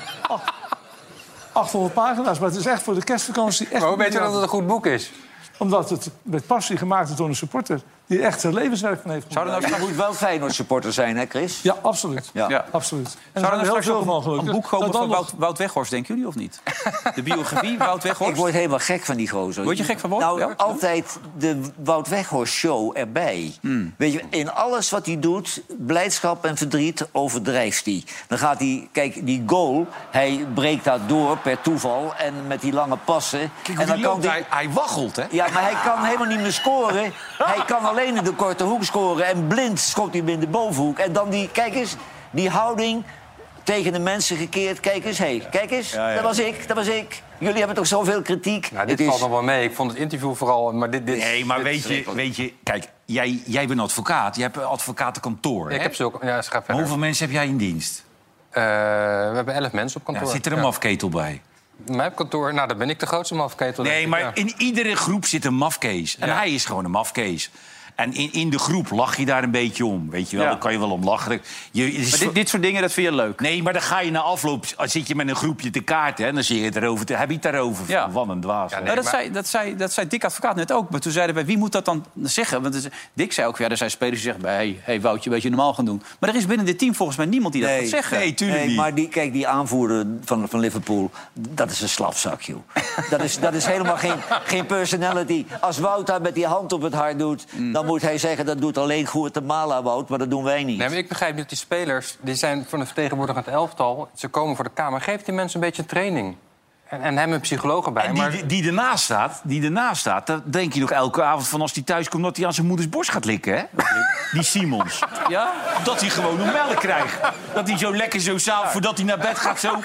[SPEAKER 3] achthonderd pagina's, maar het is echt voor de kerstvakantie... Echt
[SPEAKER 6] maar hoe weet je dat het een goed boek is?
[SPEAKER 3] Omdat het met passie gemaakt is door een supporter... die echt zijn levenswerk van heeft
[SPEAKER 5] gemaakt. Zou er nou, moet wel Feyenoord supporter zijn, hè, Chris?
[SPEAKER 3] Ja, absoluut. Ja. Ja. absoluut. En
[SPEAKER 2] zou er nou
[SPEAKER 3] heel
[SPEAKER 2] veel
[SPEAKER 3] van
[SPEAKER 2] gelukkig. Een boek komen van Wout, Wout Weghorst, denken jullie, of niet? De biografie, Wout Weghorst?
[SPEAKER 5] Ik word helemaal gek van die gozer.
[SPEAKER 2] Word je gek van Wout?
[SPEAKER 5] Nou,
[SPEAKER 2] ja.
[SPEAKER 5] altijd de Wout Weghorst show erbij. Hmm. Weet je, in alles wat hij doet, blijdschap en verdriet, overdrijft hij. Dan gaat hij, kijk, die goal, hij breekt daar door per toeval... en met die lange passen...
[SPEAKER 4] Kijk,
[SPEAKER 5] en dan
[SPEAKER 4] kan
[SPEAKER 5] die...
[SPEAKER 4] hij, hij waggelt, hè?
[SPEAKER 5] Ja, maar hij kan helemaal niet meer scoren. Hij kan alleen in de korte hoek scoren. En blind schoot hij hem in de bovenhoek. En dan die, kijk eens, die houding tegen de mensen gekeerd. Kijk eens, hé, hey, kijk eens, ja, ja. dat was ik, dat was ik. Jullie hebben toch zoveel kritiek?
[SPEAKER 6] Nou, dit
[SPEAKER 5] het
[SPEAKER 6] valt
[SPEAKER 5] is...
[SPEAKER 6] nog wel mee. Ik vond het interview vooral... Maar dit, dit,
[SPEAKER 4] nee, maar
[SPEAKER 6] dit
[SPEAKER 4] weet, je, weet je... Kijk, jij, jij bent advocaat. Je hebt een advocatenkantoor,
[SPEAKER 6] Ik
[SPEAKER 4] hè?
[SPEAKER 6] heb zulke... Ja, schap verder.
[SPEAKER 4] Hoeveel mensen heb jij in dienst?
[SPEAKER 6] Uh, we hebben elf mensen op kantoor.
[SPEAKER 4] Ja, zit er een ja. mafketel bij?
[SPEAKER 6] Mijn kantoor, nou, dan ben ik de grootste mafketel.
[SPEAKER 4] Nee, maar ja. in iedere groep zit een mafkees. En
[SPEAKER 6] ja.
[SPEAKER 4] hij is gewoon een mafkees. En in, in de groep lach je daar een beetje om. Weet je wel,
[SPEAKER 2] ja.
[SPEAKER 4] daar kan je wel om lachen. Je,
[SPEAKER 2] maar dit, dit soort dingen, dat vind je leuk?
[SPEAKER 4] Nee, maar dan ga je na afloop... zit je met een groepje te kaarten en dan zie je het erover. Te, heb je het daarover?
[SPEAKER 2] Ja.
[SPEAKER 4] Wat een dwaas. Ja,
[SPEAKER 2] nee, nou, dat, maar... zei, dat, zei, dat zei Dick Advocaat net ook. Maar toen zeiden wij, wie moet dat dan zeggen? Want Dick zei ook, ja, er zijn spelers die zeggen... hey, hey, Woutje, een beetje normaal gaan doen. Maar er is binnen dit team volgens mij niemand die dat
[SPEAKER 5] nee,
[SPEAKER 2] gaat zeggen.
[SPEAKER 5] Nee, tuurlijk nee, niet. Maar die, kijk, die aanvoerder van, van Liverpool... dat is een slapzak, joh. dat, is, dat is helemaal geen, geen personality. Als Wout daar met die hand op het hart doet... Mm. dan moet hij zeggen... dat doet alleen Guatemala, Wout, maar dat doen wij niet.
[SPEAKER 6] Nee, maar ik begrijp dat die spelers, die zijn van een vertegenwoordigend elftal... ze komen voor de Kamer, geef die mensen een beetje training. En, en hem een psycholoog erbij.
[SPEAKER 4] En die,
[SPEAKER 6] maar...
[SPEAKER 4] die, die ernaast staat, die ernaast staat... dan denk je nog elke avond van als hij thuis komt... dat hij aan zijn moeders borst gaat likken, hè? Die Simons.
[SPEAKER 2] Ja?
[SPEAKER 4] Dat hij gewoon nog melk krijgt. Dat hij zo lekker zo s'avonds, ja. voordat hij naar bed gaat, zo...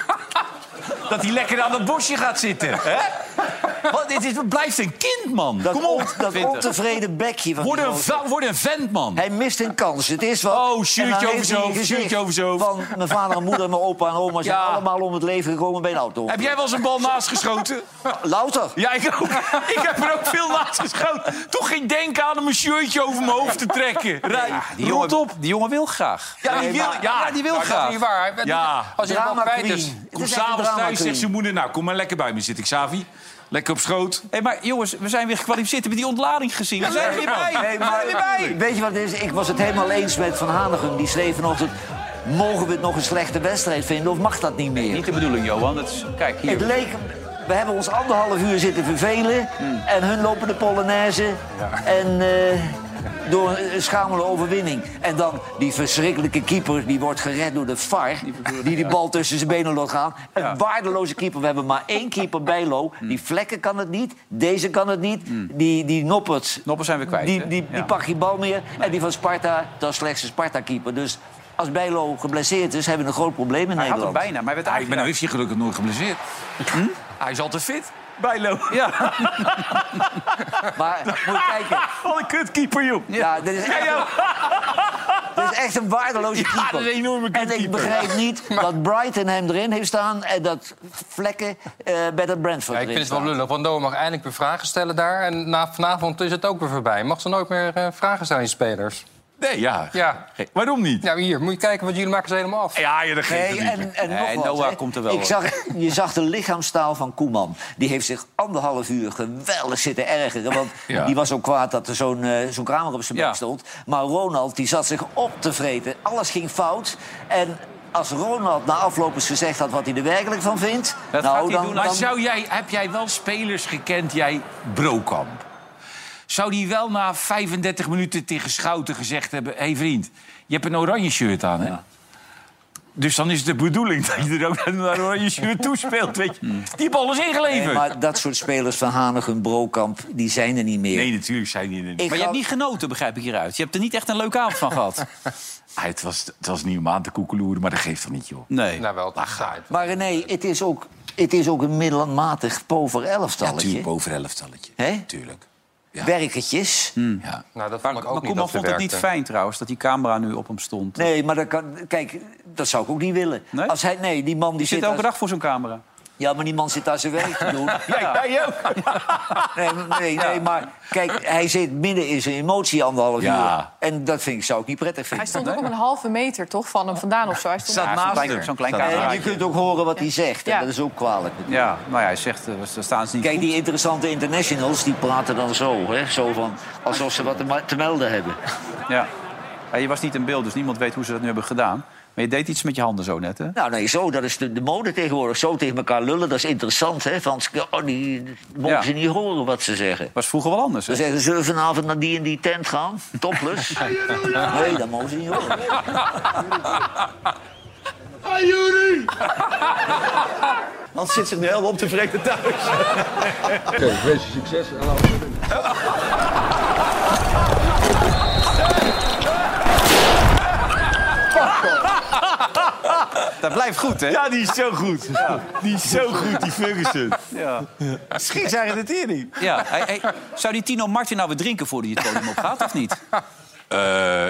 [SPEAKER 4] dat hij lekker aan dat bosje gaat zitten, hè? Want dit is, blijft een kind, man.
[SPEAKER 5] Dat
[SPEAKER 4] Kom op.
[SPEAKER 5] On, dat ontevreden bekje van
[SPEAKER 4] word een, word een vent, man.
[SPEAKER 5] Hij mist een kans. Het is wat...
[SPEAKER 4] Oh, shirtje over zo, shirtje over zo.
[SPEAKER 5] Van mijn vader en moeder en mijn opa en oma... zijn ja. allemaal om het leven gekomen bij een auto.
[SPEAKER 4] Heb jij wel eens een bal naast geschoten?
[SPEAKER 5] Louter.
[SPEAKER 4] Ja, ik ook. Ik heb er ook veel naast geschoten. Toch geen denken aan om een shirtje over mijn hoofd te trekken. Rij,
[SPEAKER 2] ja, die, jongen, op. die jongen wil graag.
[SPEAKER 4] Ja, die wil, ja,
[SPEAKER 2] ja, die wil
[SPEAKER 6] nou,
[SPEAKER 2] graag.
[SPEAKER 6] Dat is niet waar.
[SPEAKER 4] Ja.
[SPEAKER 6] Als je het wel kwijt is...
[SPEAKER 4] Kom s'avonds thuis, zegt zijn moeder... nou, kom maar lekker bij me zitten, Xavi. Lekker op schoot.
[SPEAKER 2] Hey, maar jongens, we zijn weer gekwalificeerd. Hebben die ontlading gezien? We zijn er weer bij.
[SPEAKER 5] Nee, maar,
[SPEAKER 2] we zijn er weer bij.
[SPEAKER 5] Weet je wat het is? Ik was het helemaal eens met Van Hanegem. Die schreef vanochtend... mogen we het nog een slechte wedstrijd vinden of mag dat niet meer?
[SPEAKER 2] Niet de bedoeling, Johan. Dat is, kijk, hier.
[SPEAKER 5] Het leek... We hebben ons anderhalf uur zitten vervelen. Hmm. En hun lopen de Polonaise. Ja. En... Uh, door een schamele overwinning. En dan die verschrikkelijke keeper, die wordt gered door de V A R... die die bal tussen zijn benen laat gaan. Een ja. waardeloze keeper. We hebben maar één keeper, Bijlo. Die Vlekken kan het niet, deze kan het niet. Mm. Die, die Noppert,
[SPEAKER 2] Noppert zijn we kwijt,
[SPEAKER 5] die, die, ja. die pakt geen bal meer. Nee. En die van Sparta, dat is slechts een Sparta-keeper. Dus als Bijlo geblesseerd is, hebben we een groot probleem in
[SPEAKER 2] hij
[SPEAKER 5] Nederland.
[SPEAKER 2] Hij had het bijna, maar werd
[SPEAKER 4] eigenlijk... ben nou is hij gelukkig nooit geblesseerd. Hm? Hij is altijd fit. Bijlo.
[SPEAKER 2] Ja.
[SPEAKER 5] Maar moet je kijken.
[SPEAKER 4] Wat een kutkeeper, joh.
[SPEAKER 5] Ja, dit is echt, ja, dit is echt een waardeloze keeper.
[SPEAKER 4] Ja, dat is een enorme kutkeeper.
[SPEAKER 5] En ik begrijp niet dat Brighton hem erin heeft staan... en dat Vlekken uh, bij dat Brentford
[SPEAKER 6] ja, ik vind het wel lullig, want Noah mag eindelijk weer vragen stellen daar... en na, vanavond is het ook weer voorbij. Mag ze nooit meer uh, vragen stellen aan spelers?
[SPEAKER 4] Nee, ja.
[SPEAKER 6] ja.
[SPEAKER 4] Hey, waarom niet?
[SPEAKER 6] Ja, hier, moet je kijken, want jullie maken ze helemaal af.
[SPEAKER 4] Ja, ja dat geeft
[SPEAKER 5] nee,
[SPEAKER 4] het
[SPEAKER 5] en, en
[SPEAKER 2] nee,
[SPEAKER 5] nog wat,
[SPEAKER 2] Noah komt er wel.
[SPEAKER 5] Ik zag, je zag de lichaamstaal van Koeman. Die heeft zich anderhalf uur geweldig zitten ergeren. Want ja. die was ook kwaad dat er zo'n uh, zo'n Kramer op zijn bek ja. stond. Maar Ronald die zat zich op te vreten. Alles ging fout. En... als Ronald na afloop eens gezegd had wat hij er werkelijk van vindt...
[SPEAKER 2] Dat
[SPEAKER 5] nou,
[SPEAKER 2] gaat hij
[SPEAKER 5] dan,
[SPEAKER 2] doen.
[SPEAKER 4] Maar
[SPEAKER 5] dan...
[SPEAKER 4] zou jij, heb jij wel spelers gekend, jij Brokamp? Zou die wel na vijfendertig minuten tegen Schouten gezegd hebben... hé hey vriend, je hebt een oranje shirt aan, hè? Ja. Dus dan is het de bedoeling dat je er ook naar Oranje Shirt toespeelt. Weet je. Die hebben alles ingeleverd.
[SPEAKER 5] Nee, maar dat soort spelers van Hanegem, Brokamp, die zijn er niet meer.
[SPEAKER 4] Nee, natuurlijk zijn die er niet.
[SPEAKER 2] Ik maar je hebt niet genoten, begrijp ik hieruit. Je hebt er niet echt een leuke avond van gehad.
[SPEAKER 4] Ah, het, was, het was niet om aan te koekeloeren, maar dat geeft toch niet, joh.
[SPEAKER 2] Nee.
[SPEAKER 6] Nou, wel, het saai.
[SPEAKER 5] Maar René, het is ook, het is ook een middelmatig pover
[SPEAKER 4] Ja,
[SPEAKER 5] elftalletje.
[SPEAKER 4] natuurlijk, boven elftalletje.
[SPEAKER 5] Hè?
[SPEAKER 4] Tuurlijk. Ja.
[SPEAKER 5] Werkertjes.
[SPEAKER 2] Hmm.
[SPEAKER 4] Ja.
[SPEAKER 6] Nou, dat
[SPEAKER 2] Maar,
[SPEAKER 6] vond ik ook
[SPEAKER 2] maar
[SPEAKER 6] niet
[SPEAKER 2] Koeman
[SPEAKER 6] dat ze
[SPEAKER 2] vond het niet
[SPEAKER 6] werkte.
[SPEAKER 2] fijn trouwens, dat die camera nu op hem stond.
[SPEAKER 5] Nee, maar dat kan, kijk, dat zou ik ook niet willen.
[SPEAKER 2] Nee?
[SPEAKER 5] Als hij, nee, die man die
[SPEAKER 2] Die zit elke
[SPEAKER 5] daar-
[SPEAKER 2] dag voor zo'n camera.
[SPEAKER 5] Ja, maar die man zit daar zijn werk te doen.
[SPEAKER 2] Ja, jij ook.
[SPEAKER 5] Nee, nee, nee, maar kijk, hij zit midden in zijn emotie anderhalf
[SPEAKER 4] Ja.
[SPEAKER 5] uur. En dat vind ik, zou ik niet prettig
[SPEAKER 7] Hij
[SPEAKER 5] vinden.
[SPEAKER 7] stond ook op een halve meter toch, van hem vandaan of zo. Hij stond
[SPEAKER 2] Staat
[SPEAKER 7] daar.
[SPEAKER 2] naast
[SPEAKER 5] klein-
[SPEAKER 2] hem, zo'n klein
[SPEAKER 5] En
[SPEAKER 2] camera.
[SPEAKER 5] je kunt ook horen wat hij zegt. En
[SPEAKER 7] Ja.
[SPEAKER 5] dat is ook kwalijk.
[SPEAKER 2] Ja, nou ja, hij zegt, uh, daar staan ze niet
[SPEAKER 5] Kijk,
[SPEAKER 2] goed.
[SPEAKER 5] die interessante internationals, die praten dan zo. Hè? Zo van, alsof ze wat te, ma- te melden hebben.
[SPEAKER 2] Ja. Ja, je was niet in beeld, dus niemand weet hoe ze dat nu hebben gedaan. Maar je deed iets met je handen zo net, hè?
[SPEAKER 5] Nou, nee, zo, dat is de, de mode tegenwoordig. Zo tegen elkaar lullen, dat is interessant, hè. Van, oh, die mogen
[SPEAKER 2] Ja.
[SPEAKER 5] ze niet horen wat ze zeggen.
[SPEAKER 2] Was vroeger wel anders, hè?
[SPEAKER 5] Dan zeggen ze, zullen we vanavond naar die en die tent gaan? Topless? Nee, dat mogen ze niet horen.
[SPEAKER 8] Hans zit zich nu helemaal op te vreten thuis.
[SPEAKER 14] Oké, ik wens je succes en laten we winnen.
[SPEAKER 2] Dat blijft goed, hè?
[SPEAKER 4] Ja, die is zo goed. Die is zo goed, die Ferguson.
[SPEAKER 2] Ja.
[SPEAKER 4] Schiet zijn de tering.
[SPEAKER 2] Ja. Hij, hij, zou die Tino Martin nou weer drinken voordat hij het podium opgaat, of niet?
[SPEAKER 4] Uh,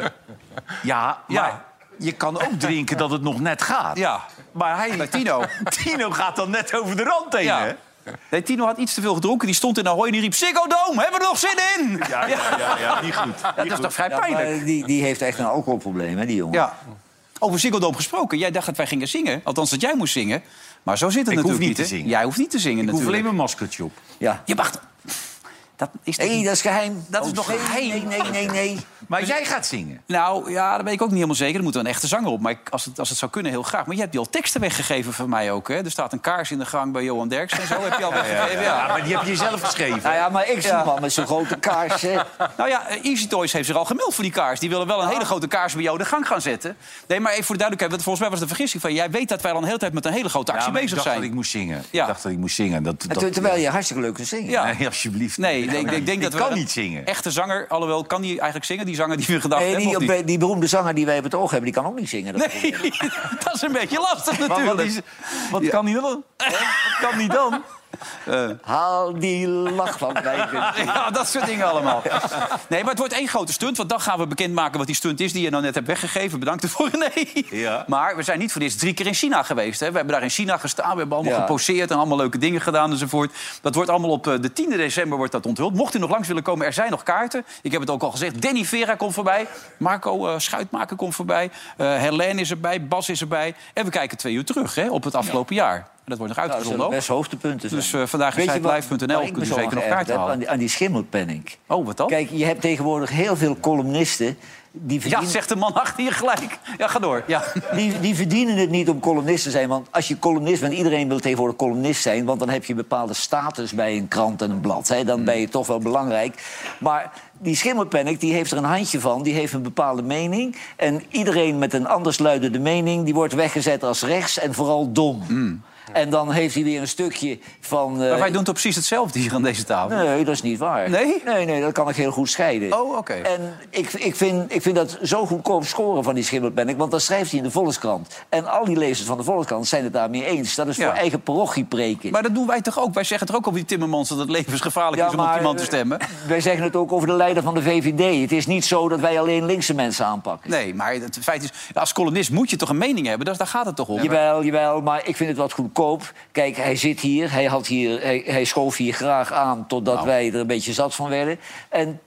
[SPEAKER 4] ja, maar je kan ook drinken dat het nog net gaat.
[SPEAKER 2] Ja.
[SPEAKER 4] Maar hij,
[SPEAKER 2] Bij Tino.
[SPEAKER 4] Tino gaat dan net over de rand heen,
[SPEAKER 2] Ja.
[SPEAKER 4] hè?
[SPEAKER 2] Nee, Tino had iets te veel gedronken. Die stond in Ahoy en die riep... Ziggo Dome, hebben we er nog zin in?
[SPEAKER 4] Ja, ja, ja, ja, niet goed.
[SPEAKER 2] Dat is toch vrij
[SPEAKER 5] Ja,
[SPEAKER 2] pijnlijk?
[SPEAKER 5] maar die, die heeft echt een alcoholprobleem, hè, die jongen.
[SPEAKER 2] Ja. Over Ziggo Dome gesproken. Jij dacht dat wij gingen zingen. Althans, dat jij moest zingen. Maar zo zit het
[SPEAKER 4] Ik hoef
[SPEAKER 2] natuurlijk
[SPEAKER 4] niet
[SPEAKER 2] niet,
[SPEAKER 4] te
[SPEAKER 2] hè?
[SPEAKER 4] zingen.
[SPEAKER 2] Jij hoeft niet te zingen,
[SPEAKER 4] Ik hoef
[SPEAKER 2] natuurlijk.
[SPEAKER 4] alleen mijn maskertje op.
[SPEAKER 5] Ja.
[SPEAKER 2] Je wacht. Dat is toch
[SPEAKER 5] Nee,
[SPEAKER 2] niet-
[SPEAKER 5] dat is geheim.
[SPEAKER 2] Dat is
[SPEAKER 5] Oh,
[SPEAKER 2] nog
[SPEAKER 5] nee,
[SPEAKER 2] geheim.
[SPEAKER 5] Nee, nee, nee, nee.
[SPEAKER 4] Maar jij gaat zingen.
[SPEAKER 2] Nou, ja, dat weet ik ook niet helemaal zeker. Er moet wel een echte zanger op. Maar ik- als het, als het zou kunnen, heel graag. Maar je hebt die al teksten weggegeven van mij ook, hè? Er staat een kaars in de gang bij Johan Derksen en zo heb je al weggegeven. Ja,
[SPEAKER 4] Ja, maar die heb je zelf geschreven.
[SPEAKER 5] Nou ja, maar ik zie man met zo'n grote kaars. hè.
[SPEAKER 2] Nou ja, eh, Easy Toys heeft zich al gemeld voor die kaars. Die willen wel een hele grote kaars bij jou de gang gaan zetten. Nee, maar even voor de duidelijkheid, want volgens mij was het een vergissing van... jij weet dat wij al een hele tijd met een hele grote actie
[SPEAKER 4] Ja, maar ik
[SPEAKER 2] bezig
[SPEAKER 4] dacht
[SPEAKER 2] zijn.
[SPEAKER 4] dat ik moest zingen.
[SPEAKER 2] Ja.
[SPEAKER 4] Ik dacht dat ik moest zingen. Dat,
[SPEAKER 5] En
[SPEAKER 4] dat,
[SPEAKER 5] ter- Terwijl je hartstikke leuk kunt zingen.
[SPEAKER 2] Ja.
[SPEAKER 4] Nee, alsjeblieft.
[SPEAKER 2] Nee, ik denk, ik denk dat
[SPEAKER 4] ik
[SPEAKER 2] we
[SPEAKER 4] kan
[SPEAKER 2] een
[SPEAKER 4] niet zingen.
[SPEAKER 2] echte zanger, alhoewel kan die eigenlijk zingen, die zanger die we gedacht
[SPEAKER 5] Nee,
[SPEAKER 2] hebben,
[SPEAKER 5] die,
[SPEAKER 2] of niet?
[SPEAKER 5] die beroemde zanger die wij op het oog hebben, die kan ook niet zingen. Dat
[SPEAKER 2] Nee, dat is een beetje lastig
[SPEAKER 4] Maar
[SPEAKER 2] natuurlijk.
[SPEAKER 4] wat, is, wat kan hij dan? Wat kan hij dan?
[SPEAKER 5] Haal die lach van mij.
[SPEAKER 2] Ja, dat soort dingen allemaal. Nee, maar het wordt één grote stunt. Want dan gaan we bekendmaken wat die stunt is die je nou net hebt weggegeven. Bedankt ervoor, nee.
[SPEAKER 4] Ja.
[SPEAKER 2] Maar we zijn niet voor dit drie keer in China geweest. Hè. We hebben daar in China gestaan. We hebben allemaal
[SPEAKER 5] Ja.
[SPEAKER 2] geposeerd en allemaal leuke dingen gedaan enzovoort. Dat wordt allemaal op eh, de tiende december wordt dat onthuld. Mocht u nog langs willen komen, er zijn nog kaarten. Ik heb het ook al gezegd. Danny Vera komt voorbij. Marco uh, Schuitmaker komt voorbij. Uh, Helene is erbij. Bas is erbij. En we kijken twee uur terug hè, op het afgelopen jaar. En dat wordt nog
[SPEAKER 5] Nou, dat
[SPEAKER 2] uitgezonden
[SPEAKER 5] zullen
[SPEAKER 2] ook.
[SPEAKER 5] best hoogtepunten zijn.
[SPEAKER 2] Dus uh, vandaag
[SPEAKER 5] Weet
[SPEAKER 2] is
[SPEAKER 5] je wat-
[SPEAKER 2] live punt n l.
[SPEAKER 5] waar ik
[SPEAKER 2] Kunnen
[SPEAKER 5] me
[SPEAKER 2] u
[SPEAKER 5] zo
[SPEAKER 2] zeker nog
[SPEAKER 5] aan
[SPEAKER 2] kaarten
[SPEAKER 5] geërgerd heb?
[SPEAKER 2] halen.
[SPEAKER 5] Aan die, aan die schimmelpenning.
[SPEAKER 2] Oh, wat dan?
[SPEAKER 5] Kijk, je hebt tegenwoordig heel veel columnisten... Die
[SPEAKER 2] Ja,
[SPEAKER 5] verdienen,
[SPEAKER 2] zegt de man achter je gelijk. Ja, ga door. Ja.
[SPEAKER 5] die, die verdienen het niet om columnist te zijn. Want als je columnist bent, iedereen wil tegenwoordig columnist zijn... want dan heb je een bepaalde status bij een krant en een blad. Hè. Dan ben je toch wel belangrijk. Maar die schimmelpenning, die heeft er een handje van. Die heeft een bepaalde mening. En iedereen met een andersluidende mening... die wordt weggezet als rechts en vooral dom. En dan heeft hij weer een stukje van... eh,
[SPEAKER 2] Maar wij doen toch precies hetzelfde hier aan deze tafel?
[SPEAKER 5] Nee, dat is niet waar.
[SPEAKER 2] Nee?
[SPEAKER 5] Nee, nee, dat kan ik heel goed scheiden.
[SPEAKER 2] Oh, oké.
[SPEAKER 5] En ik, ik, vind, ik vind dat zo goedkoop scoren van die schimmelpenning... want dan schrijft hij in de Volkskrant. En al die lezers van de Volkskrant zijn het daarmee eens. Dat is
[SPEAKER 2] Ja.
[SPEAKER 5] voor eigen parochie preken.
[SPEAKER 2] Maar dat doen wij toch ook? Wij zeggen toch ook over die Timmermans dat het levensgevaarlijk is om op die man te stemmen?
[SPEAKER 5] Wij zeggen het ook over de leider van de V V D. Het is niet zo dat wij alleen linkse mensen aanpakken.
[SPEAKER 2] Nee, maar het feit is, als columnist moet je toch een mening hebben? Dus daar gaat het toch om?
[SPEAKER 5] Jawel, jawel, maar ik vind het wat goedkoop. Kijk, hij zit hier, hij, had hier, hij, hij schoof hier graag aan... totdat
[SPEAKER 2] Nou.
[SPEAKER 5] wij er een beetje zat van werden. En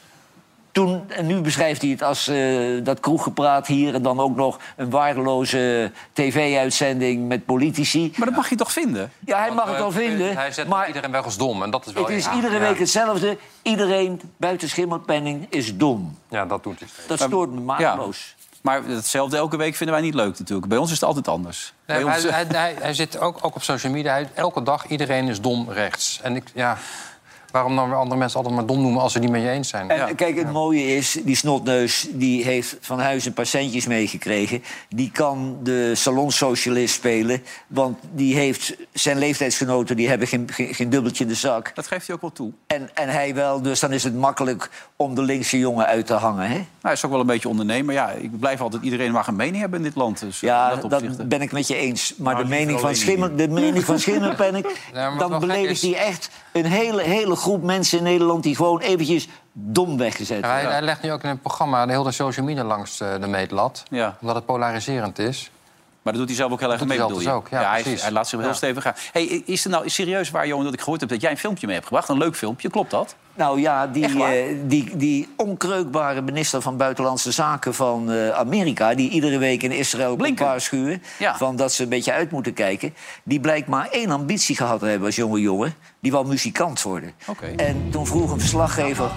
[SPEAKER 5] toen, en nu beschrijft hij het als uh, dat kroeggepraat hier... en dan ook nog een waardeloze tv-uitzending met politici.
[SPEAKER 2] Maar dat mag je toch vinden?
[SPEAKER 5] Ja, hij mag het
[SPEAKER 6] Uh,
[SPEAKER 5] wel vinden,
[SPEAKER 6] Hij zet
[SPEAKER 5] maar
[SPEAKER 6] iedereen weg als dom. En dat is wel,
[SPEAKER 5] het is
[SPEAKER 6] ja,
[SPEAKER 5] iedere
[SPEAKER 6] ja.
[SPEAKER 5] week hetzelfde. Iedereen buiten schimmelpenning is dom.
[SPEAKER 6] Ja, dat doet hij.
[SPEAKER 5] Dat stoort me mateloos.
[SPEAKER 2] Maar hetzelfde elke week vinden wij niet leuk natuurlijk. Bij ons is het altijd anders.
[SPEAKER 6] Nee,
[SPEAKER 2] Bij ons,
[SPEAKER 6] hij, hij, hij, hij zit ook, ook op social media. Hij, elke dag iedereen is dom rechts. En ik, ja, Waarom dan weer andere mensen altijd maar dom noemen als ze het niet met je eens zijn?
[SPEAKER 5] En
[SPEAKER 6] Ja.
[SPEAKER 5] kijk, het mooie is, die snotneus die heeft van huis een paar centjes meegekregen. Die kan de salonsocialist spelen, want die heeft zijn leeftijdsgenoten... die hebben geen, geen, geen dubbeltje in de zak.
[SPEAKER 2] Dat geeft hij ook wel toe.
[SPEAKER 5] En, en hij wel, dus dan is het makkelijk om de linkse jongen uit te hangen, hè?
[SPEAKER 2] Nou, hij is ook wel een beetje ondernemer. Ja, ik blijf altijd... Iedereen mag een mening hebben in dit land. Dus,
[SPEAKER 5] ja,
[SPEAKER 2] dat,
[SPEAKER 5] dat ben ik met je eens. Maar
[SPEAKER 2] nou,
[SPEAKER 5] de, mening van Schimmel, de mening van Schimmelpenninck...
[SPEAKER 6] Ja,
[SPEAKER 5] dan beledigt hij echt een hele, hele groep mensen in Nederland... die gewoon eventjes dom weggezet
[SPEAKER 6] Ja,
[SPEAKER 5] worden.
[SPEAKER 6] hij, hij legt nu ook in het programma de hele social media langs uh, de meetlat.
[SPEAKER 2] Ja.
[SPEAKER 6] Omdat het polariserend is.
[SPEAKER 2] Maar dat doet hij zelf ook heel erg
[SPEAKER 6] Dat
[SPEAKER 2] mee,
[SPEAKER 6] doet
[SPEAKER 2] bedoel
[SPEAKER 6] hij
[SPEAKER 2] je?
[SPEAKER 6] zelf dus ook, ja,
[SPEAKER 2] hij,
[SPEAKER 6] precies.
[SPEAKER 2] hij laat zich heel
[SPEAKER 6] Ja.
[SPEAKER 2] stevig gaan. Hey, is er nou serieus waar, Johan, dat ik gehoord heb... dat jij een filmpje mee hebt gebracht? Een leuk filmpje, klopt dat?
[SPEAKER 5] Nou ja, die, eh, die, die onkreukbare minister van Buitenlandse Zaken van uh, Amerika... die iedere week in Israël komt waarschuwen...
[SPEAKER 2] Ja.
[SPEAKER 5] van dat ze een beetje uit moeten kijken... die blijkt maar één ambitie gehad te hebben als jonge jongen. Die wou muzikant worden.
[SPEAKER 2] Okay.
[SPEAKER 5] En toen vroeg een verslaggever...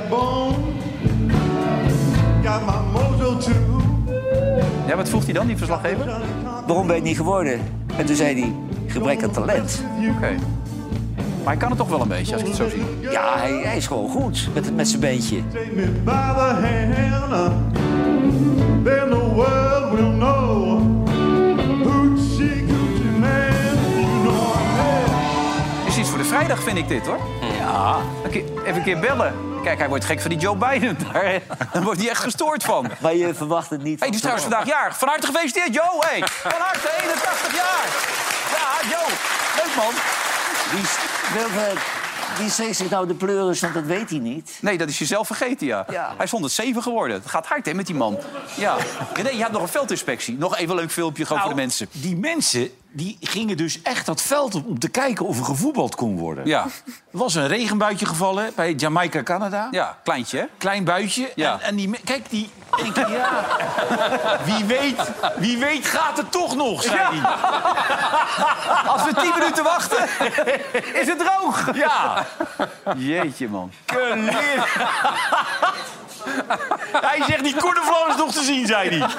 [SPEAKER 2] Ja, wat vroeg hij dan, die verslaggever?
[SPEAKER 5] Waarom ben je het niet geworden? En toen zei hij, gebrek aan talent.
[SPEAKER 2] Oké. Okay. Maar hij kan het toch wel een beetje, als ik het zo zie.
[SPEAKER 5] Ja, hij, hij is gewoon goed met, met zijn beentje.
[SPEAKER 2] Is iets voor de vrijdag, vind ik dit, hoor. Ja. Even een keer bellen. Kijk, hij wordt gek van die Joe Biden. Daar, daar wordt hij echt gestoord van.
[SPEAKER 5] Maar je verwacht het niet.
[SPEAKER 2] Hé, hey, die is trouwens vandaag jarig. Van harte gefeliciteerd, Joe. Hey. Van harte, eenentachtig jaar. Ja, Joe. Leuk, man.
[SPEAKER 5] Die, Wilfred, die schreef zich nou de pleuris, want dat weet hij niet.
[SPEAKER 2] Nee, dat is je zelf vergeten, ja.
[SPEAKER 5] ja.
[SPEAKER 2] Hij is honderdzeven geworden. Het gaat hard, hè, met die man. Ja. Nee, je hebt nog een veldinspectie. Nog even een leuk filmpje gewoon
[SPEAKER 4] nou,
[SPEAKER 2] voor de mensen.
[SPEAKER 4] Die mensen die gingen dus echt dat veld op om te kijken of er gevoetbald kon worden.
[SPEAKER 2] Ja.
[SPEAKER 4] Er was een regenbuitje gevallen bij Jamaica, Canada.
[SPEAKER 2] Ja, kleintje, hè?
[SPEAKER 4] Klein buitje.
[SPEAKER 2] Ja.
[SPEAKER 4] En, en die... Kijk, die... Denk je, ja. Wie weet, wie weet gaat het toch nog, zei hij.
[SPEAKER 2] Ja. Als we tien minuten wachten, is het droog.
[SPEAKER 4] Ja.
[SPEAKER 2] Jeetje, man.
[SPEAKER 4] Hij zegt, die cornflakes nog te zien, zei hij.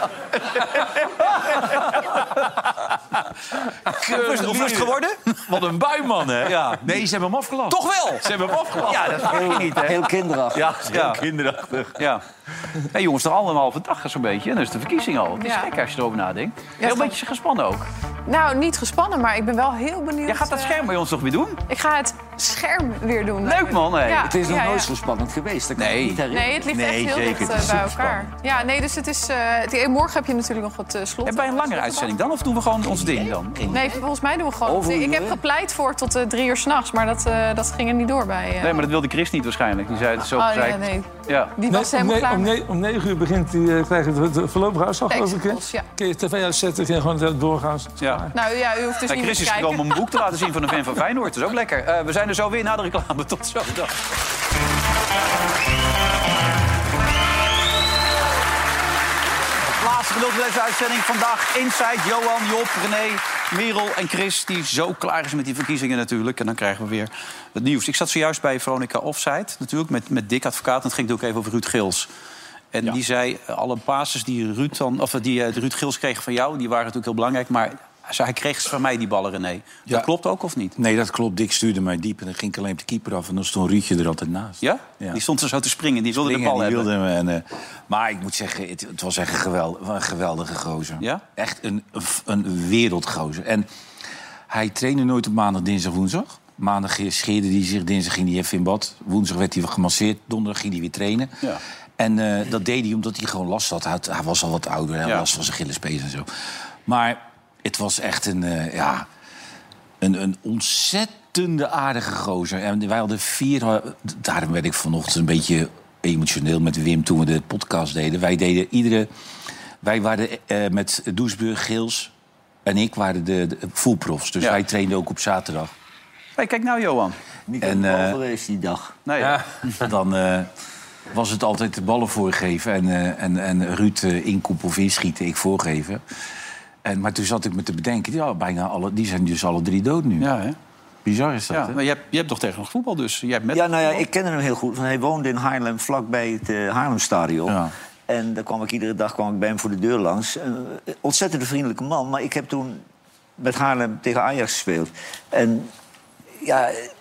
[SPEAKER 2] Hoe is het geworden?
[SPEAKER 4] Wat een buiman, hè?
[SPEAKER 2] Ja.
[SPEAKER 4] Nee, ze hebben hem afgelast.
[SPEAKER 2] Toch wel?
[SPEAKER 4] Ze hebben hem afgelast.
[SPEAKER 2] Ja, dat mag je niet, hè?
[SPEAKER 5] Heel kinderachtig.
[SPEAKER 4] Ja, heel
[SPEAKER 2] Ja.
[SPEAKER 4] kinderachtig.
[SPEAKER 2] Ja. Hey, jongens, toch allemaal dag zo'n beetje. En dan is de verkiezing al. Het is
[SPEAKER 7] Ja.
[SPEAKER 2] gek als je erover nadenkt. Heel een beetje gespannen ook.
[SPEAKER 7] Nou, niet gespannen, maar ik ben wel heel benieuwd.
[SPEAKER 2] Jij gaat dat
[SPEAKER 7] eh,
[SPEAKER 2] scherm bij ons toch weer doen?
[SPEAKER 7] Ik ga het scherm weer doen.
[SPEAKER 2] Leuk, man. Hey.
[SPEAKER 7] Ja.
[SPEAKER 5] Het is nog
[SPEAKER 7] ja,
[SPEAKER 5] nooit
[SPEAKER 7] ja.
[SPEAKER 5] zo spannend geweest. Dat kan
[SPEAKER 2] Nee.
[SPEAKER 5] ik niet herinneren.
[SPEAKER 7] Nee, het ligt
[SPEAKER 4] Nee,
[SPEAKER 7] echt heel
[SPEAKER 4] zeker.
[SPEAKER 7] dicht
[SPEAKER 4] Het
[SPEAKER 7] eh,
[SPEAKER 4] is
[SPEAKER 7] bij
[SPEAKER 4] super
[SPEAKER 7] elkaar. Ja, nee, dus het is... eh, het, morgen heb je natuurlijk nog wat uh, slot.
[SPEAKER 2] Hebben wij een langere uitzending dan? Of doen we gewoon ons ding dan?
[SPEAKER 7] Nee, volgens mij doen we gewoon...
[SPEAKER 5] Over
[SPEAKER 7] ik heb
[SPEAKER 5] uur.
[SPEAKER 7] gepleit voor tot uh, drie uur s'nachts, maar dat, uh, dat ging er niet door bij... Uh...
[SPEAKER 2] Nee, maar dat wilde Chris niet waarschijnlijk. Die zei het zo
[SPEAKER 7] Oh,
[SPEAKER 2] gezegd.
[SPEAKER 7] ja, nee.
[SPEAKER 2] Ja.
[SPEAKER 7] Die
[SPEAKER 3] Nee,
[SPEAKER 7] was
[SPEAKER 3] om,
[SPEAKER 7] helemaal
[SPEAKER 3] ne-
[SPEAKER 7] klaar.
[SPEAKER 3] om, ne- om negen uur begint die, uh, krijg je de, de voorlopige uitslag, geloof ik. hè?
[SPEAKER 7] Textbos, ja.
[SPEAKER 3] Kun je tv uitzetten, kun je gewoon doorgaan.
[SPEAKER 2] Ja.
[SPEAKER 7] Nou ja, u hoeft dus
[SPEAKER 2] Nou,
[SPEAKER 7] niet
[SPEAKER 2] Chris
[SPEAKER 7] te
[SPEAKER 2] is
[SPEAKER 7] kijken.
[SPEAKER 2] gekomen om een boek te laten zien van een fan van Feyenoord. Dat is ook lekker. Uh, we zijn er zo weer na de reclame. Tot zo. Dag. Het laatste gedeelte van deze uitzending. Vandaag Inside. Johan, Job, René, Merel en Chris. Die zo klaar is met die verkiezingen natuurlijk. En dan krijgen we weer het nieuws. Ik zat zojuist bij Veronica Offside natuurlijk. Met, met Dick Advocaat. En het ging natuurlijk even over Ruud Gils. En ja. die zei, alle passes die Ruud, dan, of die uh, Ruud Gils kreeg van jou... die waren natuurlijk heel belangrijk. Maar hij kreeg ze van mij, die ballen, René. Dat
[SPEAKER 4] Ja.
[SPEAKER 2] klopt ook, of niet?
[SPEAKER 4] Nee, dat klopt. Dick stuurde mij diep en dan ging ik alleen op de keeper af. En dan stond Ruudje er altijd naast.
[SPEAKER 2] Ja?
[SPEAKER 4] Ja.
[SPEAKER 2] Die stond er zo te springen. Die wilde
[SPEAKER 4] Dingen,
[SPEAKER 2] de bal
[SPEAKER 4] die
[SPEAKER 2] hebben.
[SPEAKER 4] wilde hem en, uh, maar ik moet zeggen, het, het was echt een, geweld, een geweldige gozer.
[SPEAKER 2] Ja?
[SPEAKER 4] Echt een, een wereldgozer. En hij trainde nooit op maandag, dinsdag, woensdag. Maandag scheerde hij zich, dinsdag ging hij even in bad. Woensdag werd hij gemasseerd, donderdag ging hij weer trainen.
[SPEAKER 2] Ja.
[SPEAKER 4] En uh, dat deed hij omdat hij gewoon last had. Hij, had, hij was al wat ouder, hij had
[SPEAKER 2] Ja.
[SPEAKER 4] last van zijn Achillespees en zo. Maar het was echt een, uh, ja, een, een ontzettende aardige gozer. En wij hadden vier... Daarom werd ik vanochtend een beetje emotioneel met Wim toen we de podcast deden. Wij deden iedere... Wij waren uh, met Doesburg, Gils en ik waren de, de voetprofs. Dus
[SPEAKER 2] Ja.
[SPEAKER 4] wij trainden ook op zaterdag.
[SPEAKER 2] Hey, kijk nou, Johan.
[SPEAKER 5] Niet
[SPEAKER 4] En,
[SPEAKER 5] in de bal
[SPEAKER 4] uh,
[SPEAKER 5] geweest die dag.
[SPEAKER 2] Nee.
[SPEAKER 4] Ja. Dan uh, was het altijd de ballen voorgeven en, uh, en, en Ruud uh, inkoep of inschieten, ik voorgeven. En, maar toen zat ik me te bedenken, ja, bijna alle, die zijn dus alle drie dood nu.
[SPEAKER 2] Ja, hè?
[SPEAKER 4] Bizar is dat,
[SPEAKER 2] Ja,
[SPEAKER 4] hè?
[SPEAKER 2] maar je hebt, je hebt toch tegen nog voetbal dus? Je hebt met
[SPEAKER 5] Ja, nou ja, ik kende hem heel goed. Want hij woonde in Haarlem, vlakbij het uh, Haarlemstadion.
[SPEAKER 4] Ja.
[SPEAKER 5] En daar kwam ik iedere dag kwam ik bij hem voor de deur langs. Een uh, ontzettend vriendelijke man. Maar ik heb toen met Haarlem tegen Ajax gespeeld. En ja,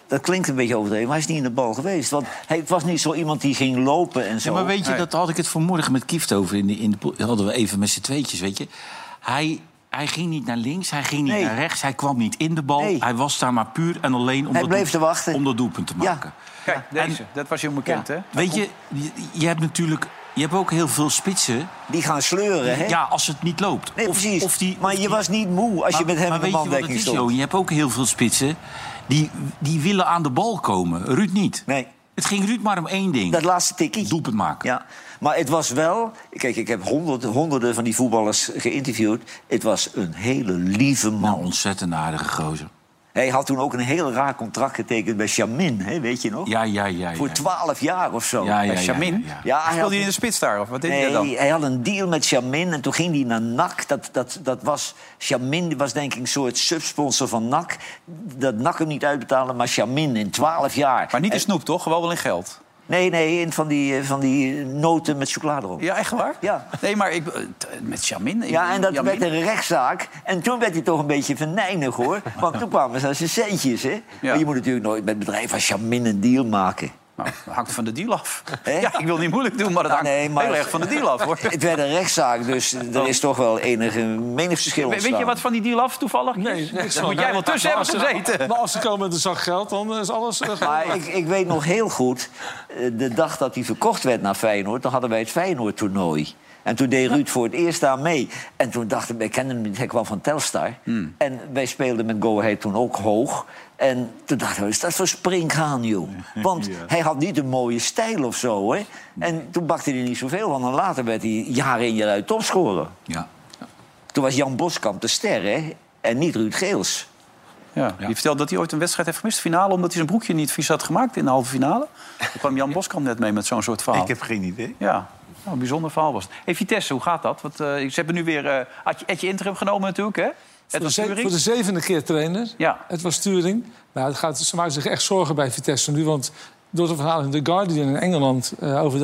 [SPEAKER 5] Dat klinkt een beetje overdreven, maar hij is niet in de bal geweest. Want hij was niet zo iemand die ging lopen en zo.
[SPEAKER 4] Ja, maar weet je, dat had ik het vanmorgen met Kieft over. In de, in de, dat hadden we even met z'n tweetjes, weet je. Hij, hij ging niet naar links, hij ging niet nee. naar rechts. Hij kwam niet in de bal. Nee. Hij was daar maar puur en alleen om,
[SPEAKER 5] hij
[SPEAKER 4] dat,
[SPEAKER 5] bleef
[SPEAKER 4] doel,
[SPEAKER 5] te wachten.
[SPEAKER 4] om dat doelpunt te maken.
[SPEAKER 2] Ja. Kijk, deze, en, dat was je onbekend, ja. hè?
[SPEAKER 4] Weet je, je, je hebt natuurlijk... Je hebt ook heel veel spitsen...
[SPEAKER 5] Die gaan sleuren, hè?
[SPEAKER 4] Ja, als het niet loopt.
[SPEAKER 5] Nee,
[SPEAKER 4] of,
[SPEAKER 5] precies.
[SPEAKER 4] Of die,
[SPEAKER 5] maar
[SPEAKER 4] of
[SPEAKER 5] je
[SPEAKER 4] die,
[SPEAKER 5] was niet moe als
[SPEAKER 4] maar,
[SPEAKER 5] je met hem in de bandekking stond.
[SPEAKER 4] Je hebt ook heel veel spitsen die, die willen aan de bal komen. Ruud niet.
[SPEAKER 5] Nee.
[SPEAKER 4] Het ging Ruud maar om één ding.
[SPEAKER 5] Dat laatste tikkie.
[SPEAKER 4] Doelpunt maken.
[SPEAKER 5] Ja. Maar het was wel... Kijk, ik heb honderden, honderden van die voetballers geïnterviewd. Het was een hele lieve man.
[SPEAKER 4] Nou, ontzettend aardige gozer.
[SPEAKER 5] Hij had toen ook een heel raar contract getekend bij Chamin, hè, weet je nog?
[SPEAKER 4] Ja, ja, ja.
[SPEAKER 5] Voor twaalf jaar of zo.
[SPEAKER 2] Ja, ja, bij Chamin? Ja, ja, ja.
[SPEAKER 5] Ja, hij
[SPEAKER 2] speelde hij in de spits daar? Of wat deed
[SPEAKER 5] nee,
[SPEAKER 2] hij dan?
[SPEAKER 5] Hij had een deal met Chamin en toen ging hij naar N A C. Dat, dat, dat was, Chamin was denk ik een soort subsponsor van N A C. Dat N A C hem niet uitbetalen, maar Chamin in twaalf jaar.
[SPEAKER 2] Maar niet in snoep, toch? Gewoon wel in geld?
[SPEAKER 5] Nee, nee, in van die, van die noten met chocolade erop.
[SPEAKER 2] Ja, echt waar?
[SPEAKER 5] Ja.
[SPEAKER 2] Nee, maar ik, met Chamin... Ik,
[SPEAKER 5] ja, en dat
[SPEAKER 2] Jamin.
[SPEAKER 5] werd een rechtszaak. En toen werd hij toch een beetje venijnig, hoor. Want toen kwamen ze aan zijn centjes, hè. Ja. Maar je moet natuurlijk nooit met bedrijf als Chamin een deal maken.
[SPEAKER 2] Nou, dat hangt van de deal af. He? Ja, ik wil niet moeilijk doen, maar dat hangt ja, nee, maar heel erg van de deal af, hoor.
[SPEAKER 5] Het werd een rechtszaak, dus er is toch wel enige meningsverschil ontstaan.
[SPEAKER 2] Weet je wat van die deal af toevallig?
[SPEAKER 3] Nee, niks
[SPEAKER 2] dan moet jij wel tussen hebben gezeten.
[SPEAKER 3] Maar als ze komen met een zak geld, dan is alles... Uh,
[SPEAKER 5] maar ik, ik weet nog heel goed, de dag dat hij verkocht werd naar Feyenoord... dan hadden wij het Feyenoord-toernooi. En toen deed Ruud voor het eerst daar mee. En toen dachten we, ik kende hem niet, hij kwam van Telstar. Hmm. En wij speelden met Go Ahead toen ook hoog. En toen dachten we, wat is dat voor springhaan, joh? Want ja. hij had niet een mooie stijl of zo, hè? En toen bakte hij niet zoveel van. En later werd hij jaar in jaar uit topscorer.
[SPEAKER 4] Ja. Ja.
[SPEAKER 5] Toen was Jan Boskamp de ster, hè? En niet Ruud Geels.
[SPEAKER 2] Ja, die vertelde dat hij ooit een wedstrijd heeft gemist, finale, omdat hij zijn broekje niet vies had gemaakt in de halve finale. Daar kwam Jan Boskamp net mee met zo'n soort verhaal.
[SPEAKER 4] Ik heb geen idee.
[SPEAKER 2] Ja. Nou, een bijzonder verhaal was het. Hey, Vitesse, hoe gaat dat? Want, uh, ze hebben nu weer uh, Etje interim genomen natuurlijk, hè?
[SPEAKER 3] Voor de, ze- voor de zevende keer trainer.
[SPEAKER 2] Ja.
[SPEAKER 3] Het was Turing. Nou, het gaat, ze maken zich echt zorgen bij Vitesse nu. Want door het verhaal in The Guardian in Engeland... Uh, over de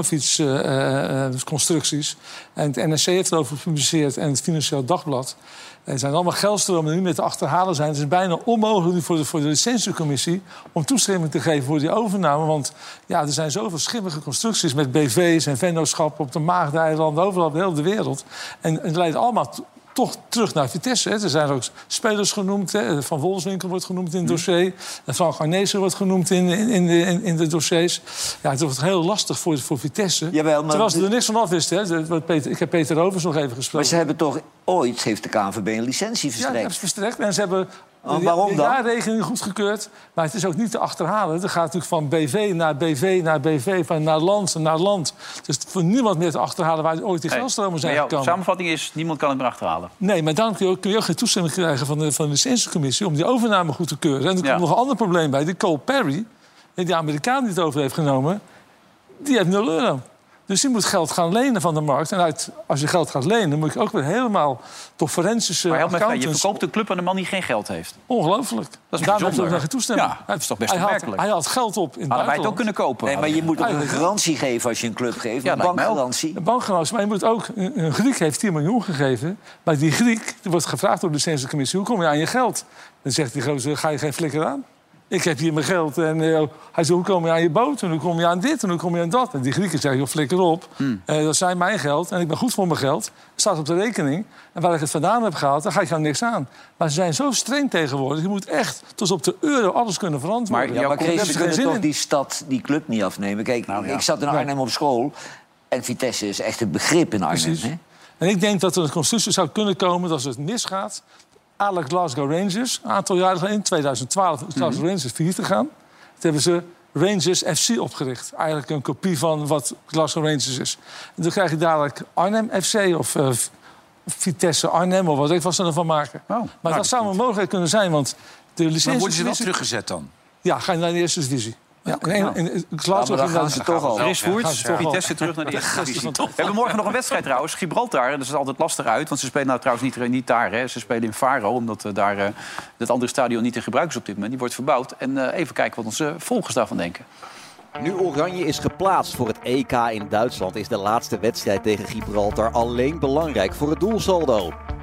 [SPEAKER 3] Abramovic-constructies... Uh, uh, en het N R C heeft erover gepubliceerd... en het Financieel Dagblad... Er zijn allemaal geldstromen die nu met te achterhalen zijn. Het is bijna onmogelijk nu voor de, voor de licentiecommissie... om toestemming te geven voor die overname. Want ja, er zijn zoveel schimmige constructies... met B V's en vennootschappen op de Maagdeilanden... overal op de hele wereld. En het leidt allemaal... T- toch terug naar Vitesse. Hè. Er zijn ook spelers genoemd. Hè. Van Wolfswinkel wordt genoemd in het dossier. En Frank Arnezen wordt genoemd in, in, in, de, in, in de dossiers. Ja, het wordt heel lastig voor, voor Vitesse.
[SPEAKER 5] Jawel, maar
[SPEAKER 3] terwijl ze er niks van af wisten. Hè. Peter, ik heb Peter Rovers nog even gesproken.
[SPEAKER 5] Maar ze hebben toch ooit, heeft de K N V B een licentie verstrekt?
[SPEAKER 3] Ja, dat is verstrekt. En ze hebben
[SPEAKER 5] oh, waarom
[SPEAKER 3] de, de jaarrekening goedgekeurd. Maar het is ook niet te achterhalen. Het gaat natuurlijk van B V naar B V naar B V, van naar land naar land. Dus voor niemand meer te achterhalen waar ooit die geldstromen zijn
[SPEAKER 2] jouw
[SPEAKER 3] gekomen.
[SPEAKER 2] De samenvatting is, niemand kan het meer achterhalen.
[SPEAKER 3] Nee, maar dan kun je ook, kun je ook geen toestemming krijgen van de, van de licentiecommissie... om die overname goed te keuren. En er ja. komt nog een ander probleem bij. Die Cole Perry, die Amerikaan die het over heeft genomen... die heeft nul euro. Dus die moet geld gaan lenen van de markt. En uit, als je geld gaat lenen, moet je ook weer helemaal... toch forensische
[SPEAKER 2] maar
[SPEAKER 3] accountants...
[SPEAKER 2] je verkoopt een club aan een man die geen geld heeft.
[SPEAKER 3] Ongelooflijk. Dat is Daarom heeft hij ook geen toestemming.
[SPEAKER 2] Ja, dat is toch best
[SPEAKER 3] hij
[SPEAKER 2] opmerkelijk.
[SPEAKER 3] Had, hij had geld op in het
[SPEAKER 2] Hadden wij het ook kunnen kopen.
[SPEAKER 5] Nee, maar je moet ook een garantie geven als je een club geeft.
[SPEAKER 2] Ja,
[SPEAKER 5] een bankgarantie.
[SPEAKER 3] Een bankgarantie. Maar je moet ook... Een, een Griek heeft tien miljoen gegeven. Maar die Griek die wordt gevraagd door de licentiecommissie... hoe kom je aan je geld? Dan zegt die gozer, ga je geen flikker aan? Ik heb hier mijn geld. En uh, hij zegt, hoe kom je aan je boot? En hoe kom je aan dit? En hoe kom je aan dat? En die Grieken zeggen, joh, flikker op. Hmm. Uh, dat zijn mijn geld. En ik ben goed voor mijn geld. Het staat op de rekening. En waar ik het vandaan heb gehaald, daar ga ik jou niks aan. Maar ze zijn zo streng tegenwoordig. Je moet echt tot op de euro alles kunnen verantwoorden.
[SPEAKER 5] Maar, ja, maar Chris, ze kunnen toch die stad, die club niet afnemen? Kijk, nou, ja. ik zat in Arnhem op school. En Vitesse is echt een begrip in Arnhem. Hè?
[SPEAKER 3] En ik denk dat er een constructie zou kunnen komen dat als het misgaat... à la Glasgow Rangers, een aantal jaren geleden, in tweeduizend twaalf, Glasgow mm-hmm. Rangers failliet te gaan. Toen hebben ze Rangers F C opgericht. Eigenlijk een kopie van wat Glasgow Rangers is. En dan krijg je dadelijk Arnhem F C of uh, Vitesse Arnhem of wat ik wat ze ervan maken. Oh, maar nou, dat zou een mogelijkheid kunnen zijn, want de licentie...
[SPEAKER 4] Maar worden ze wel teruggezet dan?
[SPEAKER 3] Ja, ga je naar de eerste divisie. Ja,
[SPEAKER 5] okay, nou. in, in, in Glasgow
[SPEAKER 2] ja,
[SPEAKER 5] gaan ze toch al.
[SPEAKER 2] Er is voert, Vitesse terug naar de eerste divisie. We hebben morgen nog een wedstrijd trouwens, Gibraltar. Dat is altijd lastig uit, want ze spelen nou trouwens niet, niet daar. Hè. Ze spelen in Faro, omdat uh, daar uh, het andere stadion niet in gebruik is op dit moment. Die wordt verbouwd. En uh, even kijken wat onze volgers daarvan denken.
[SPEAKER 15] Nu Oranje is geplaatst voor het E K in Duitsland... is de laatste wedstrijd tegen Gibraltar alleen belangrijk voor het doelsaldo.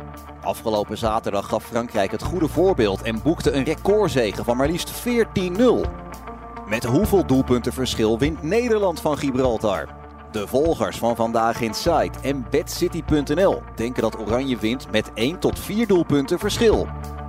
[SPEAKER 15] Afgelopen zaterdag gaf Frankrijk het goede voorbeeld en boekte een recordzege van maar liefst veertien nul. Met hoeveel doelpunten verschil wint Nederland van Gibraltar? De volgers van Vandaag Inside en bedcity punt n l denken dat Oranje wint met één tot vier doelpunten verschil.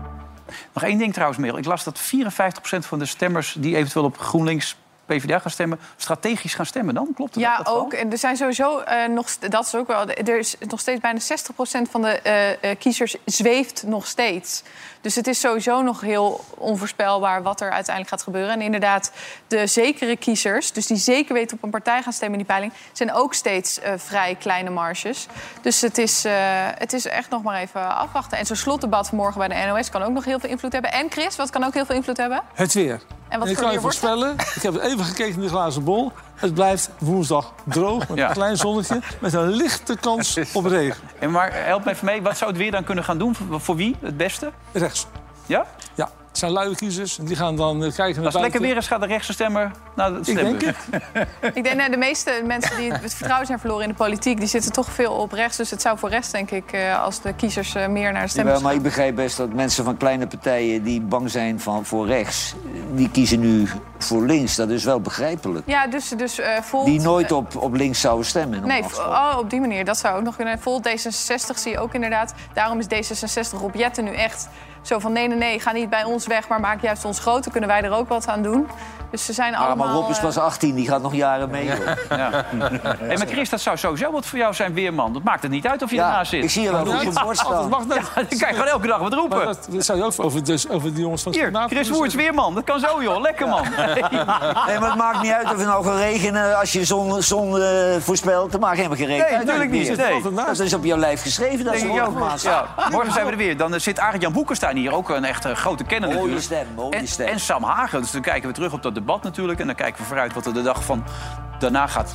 [SPEAKER 2] Nog één ding trouwens, Merel. Ik las dat vierenvijftig procent van de stemmers die eventueel op GroenLinks P v d A gaan stemmen, strategisch gaan stemmen dan? Klopt dat?
[SPEAKER 7] Ja,
[SPEAKER 2] dat
[SPEAKER 7] ook. En er zijn sowieso uh, nog, dat is ook wel, er is nog steeds bijna zestig procent van de uh, uh, kiezers zweeft nog steeds. Dus het is sowieso nog heel onvoorspelbaar wat er uiteindelijk gaat gebeuren. En inderdaad, de zekere kiezers, dus die zeker weten op een partij gaan stemmen in die peiling, zijn ook steeds uh, vrij kleine marges. Dus het is, uh, het is echt nog maar even afwachten. En zo'n slotdebat vanmorgen bij de N O S kan ook nog heel veel invloed hebben. En Chris, wat kan ook heel veel invloed hebben?
[SPEAKER 3] Het weer.
[SPEAKER 7] En wat
[SPEAKER 3] en ik kan je voorspellen, ik heb even gekeken in de glazen bol. Het blijft woensdag droog, met ja. een klein zonnetje, met een lichte kans op regen.
[SPEAKER 2] En maar help me even mee, wat zou het weer dan kunnen gaan doen? Voor, voor wie het beste?
[SPEAKER 3] Rechts.
[SPEAKER 2] Ja?
[SPEAKER 3] Ja, het zijn luie kiezers en die gaan dan kijken naar buiten.
[SPEAKER 2] Als het lekker weer is, gaat de rechtse stemmer naar de stemmen.
[SPEAKER 3] Ik denk het.
[SPEAKER 7] Ik denk, nee, de meeste mensen die het vertrouwen zijn verloren in de politiek, die zitten toch veel op rechts. Dus het zou voor rechts, denk ik, als de kiezers meer naar de stemmers
[SPEAKER 5] gaan. Maar ik begrijp best dat mensen van kleine partijen die bang zijn van, voor rechts, die kiezen nu voor links. Dat is wel begrijpelijk.
[SPEAKER 7] Ja, dus, dus uh, Volt,
[SPEAKER 5] die nooit op, op links zouden stemmen.
[SPEAKER 7] Nee, oh, op die manier. Dat zou ook nog kunnen. Volt D zesenzestig zie je ook inderdaad. Daarom is D zesenzestig Rob Jetten nu echt zo van nee, nee, nee, ga niet bij ons weg, maar maak juist ons groter. Kunnen wij er ook wat aan doen? Dus ze zijn
[SPEAKER 5] maar,
[SPEAKER 7] allemaal...
[SPEAKER 5] Maar Rob is pas achttien, die gaat nog jaren mee.
[SPEAKER 2] Ja. Ja. Hey, maar Chris, dat zou sowieso wat voor jou zijn, weerman. Dat maakt het niet uit of je
[SPEAKER 5] ja,
[SPEAKER 2] ernaast zit.
[SPEAKER 5] Ik zie je wel op het bord staan.
[SPEAKER 2] Ja, dan kan je gewoon elke dag wat roepen. Maar
[SPEAKER 3] dat, dat zou je ook over, dus, over die jongens van het
[SPEAKER 2] Hier, Chris Woerts, weerman. Dat kan zo, joh. Lekker, man.
[SPEAKER 5] Nee, maar het maakt niet uit of het nou gaat regenen als je zon, zon uh, voorspelt. Dat maakt helemaal geen reden.
[SPEAKER 2] Nee, natuurlijk niet. Nee.
[SPEAKER 5] Dat is op jouw lijf geschreven. Dat is
[SPEAKER 2] ja. Morgen zijn we er weer. Dan zit Arend Jan Boekenstein hier, ook een echt uh, grote kenner
[SPEAKER 5] mooie
[SPEAKER 2] natuurlijk.
[SPEAKER 5] Stem, mooie
[SPEAKER 2] en,
[SPEAKER 5] stem.
[SPEAKER 2] En Sam Hagen. Dus dan kijken we terug op dat debat natuurlijk. En dan kijken we vooruit wat er de dag van daarna gaat.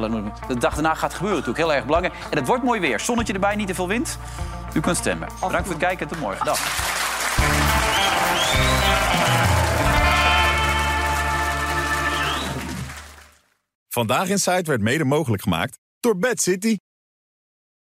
[SPEAKER 2] De dag daarna gaat gebeuren natuurlijk. Heel erg belangrijk. En het wordt mooi weer. Zonnetje erbij, niet te veel wind. U kunt stemmen. Bedankt voor het kijken. Tot morgen. Dag.
[SPEAKER 1] Vandaag Inside werd mede mogelijk gemaakt door Bad City.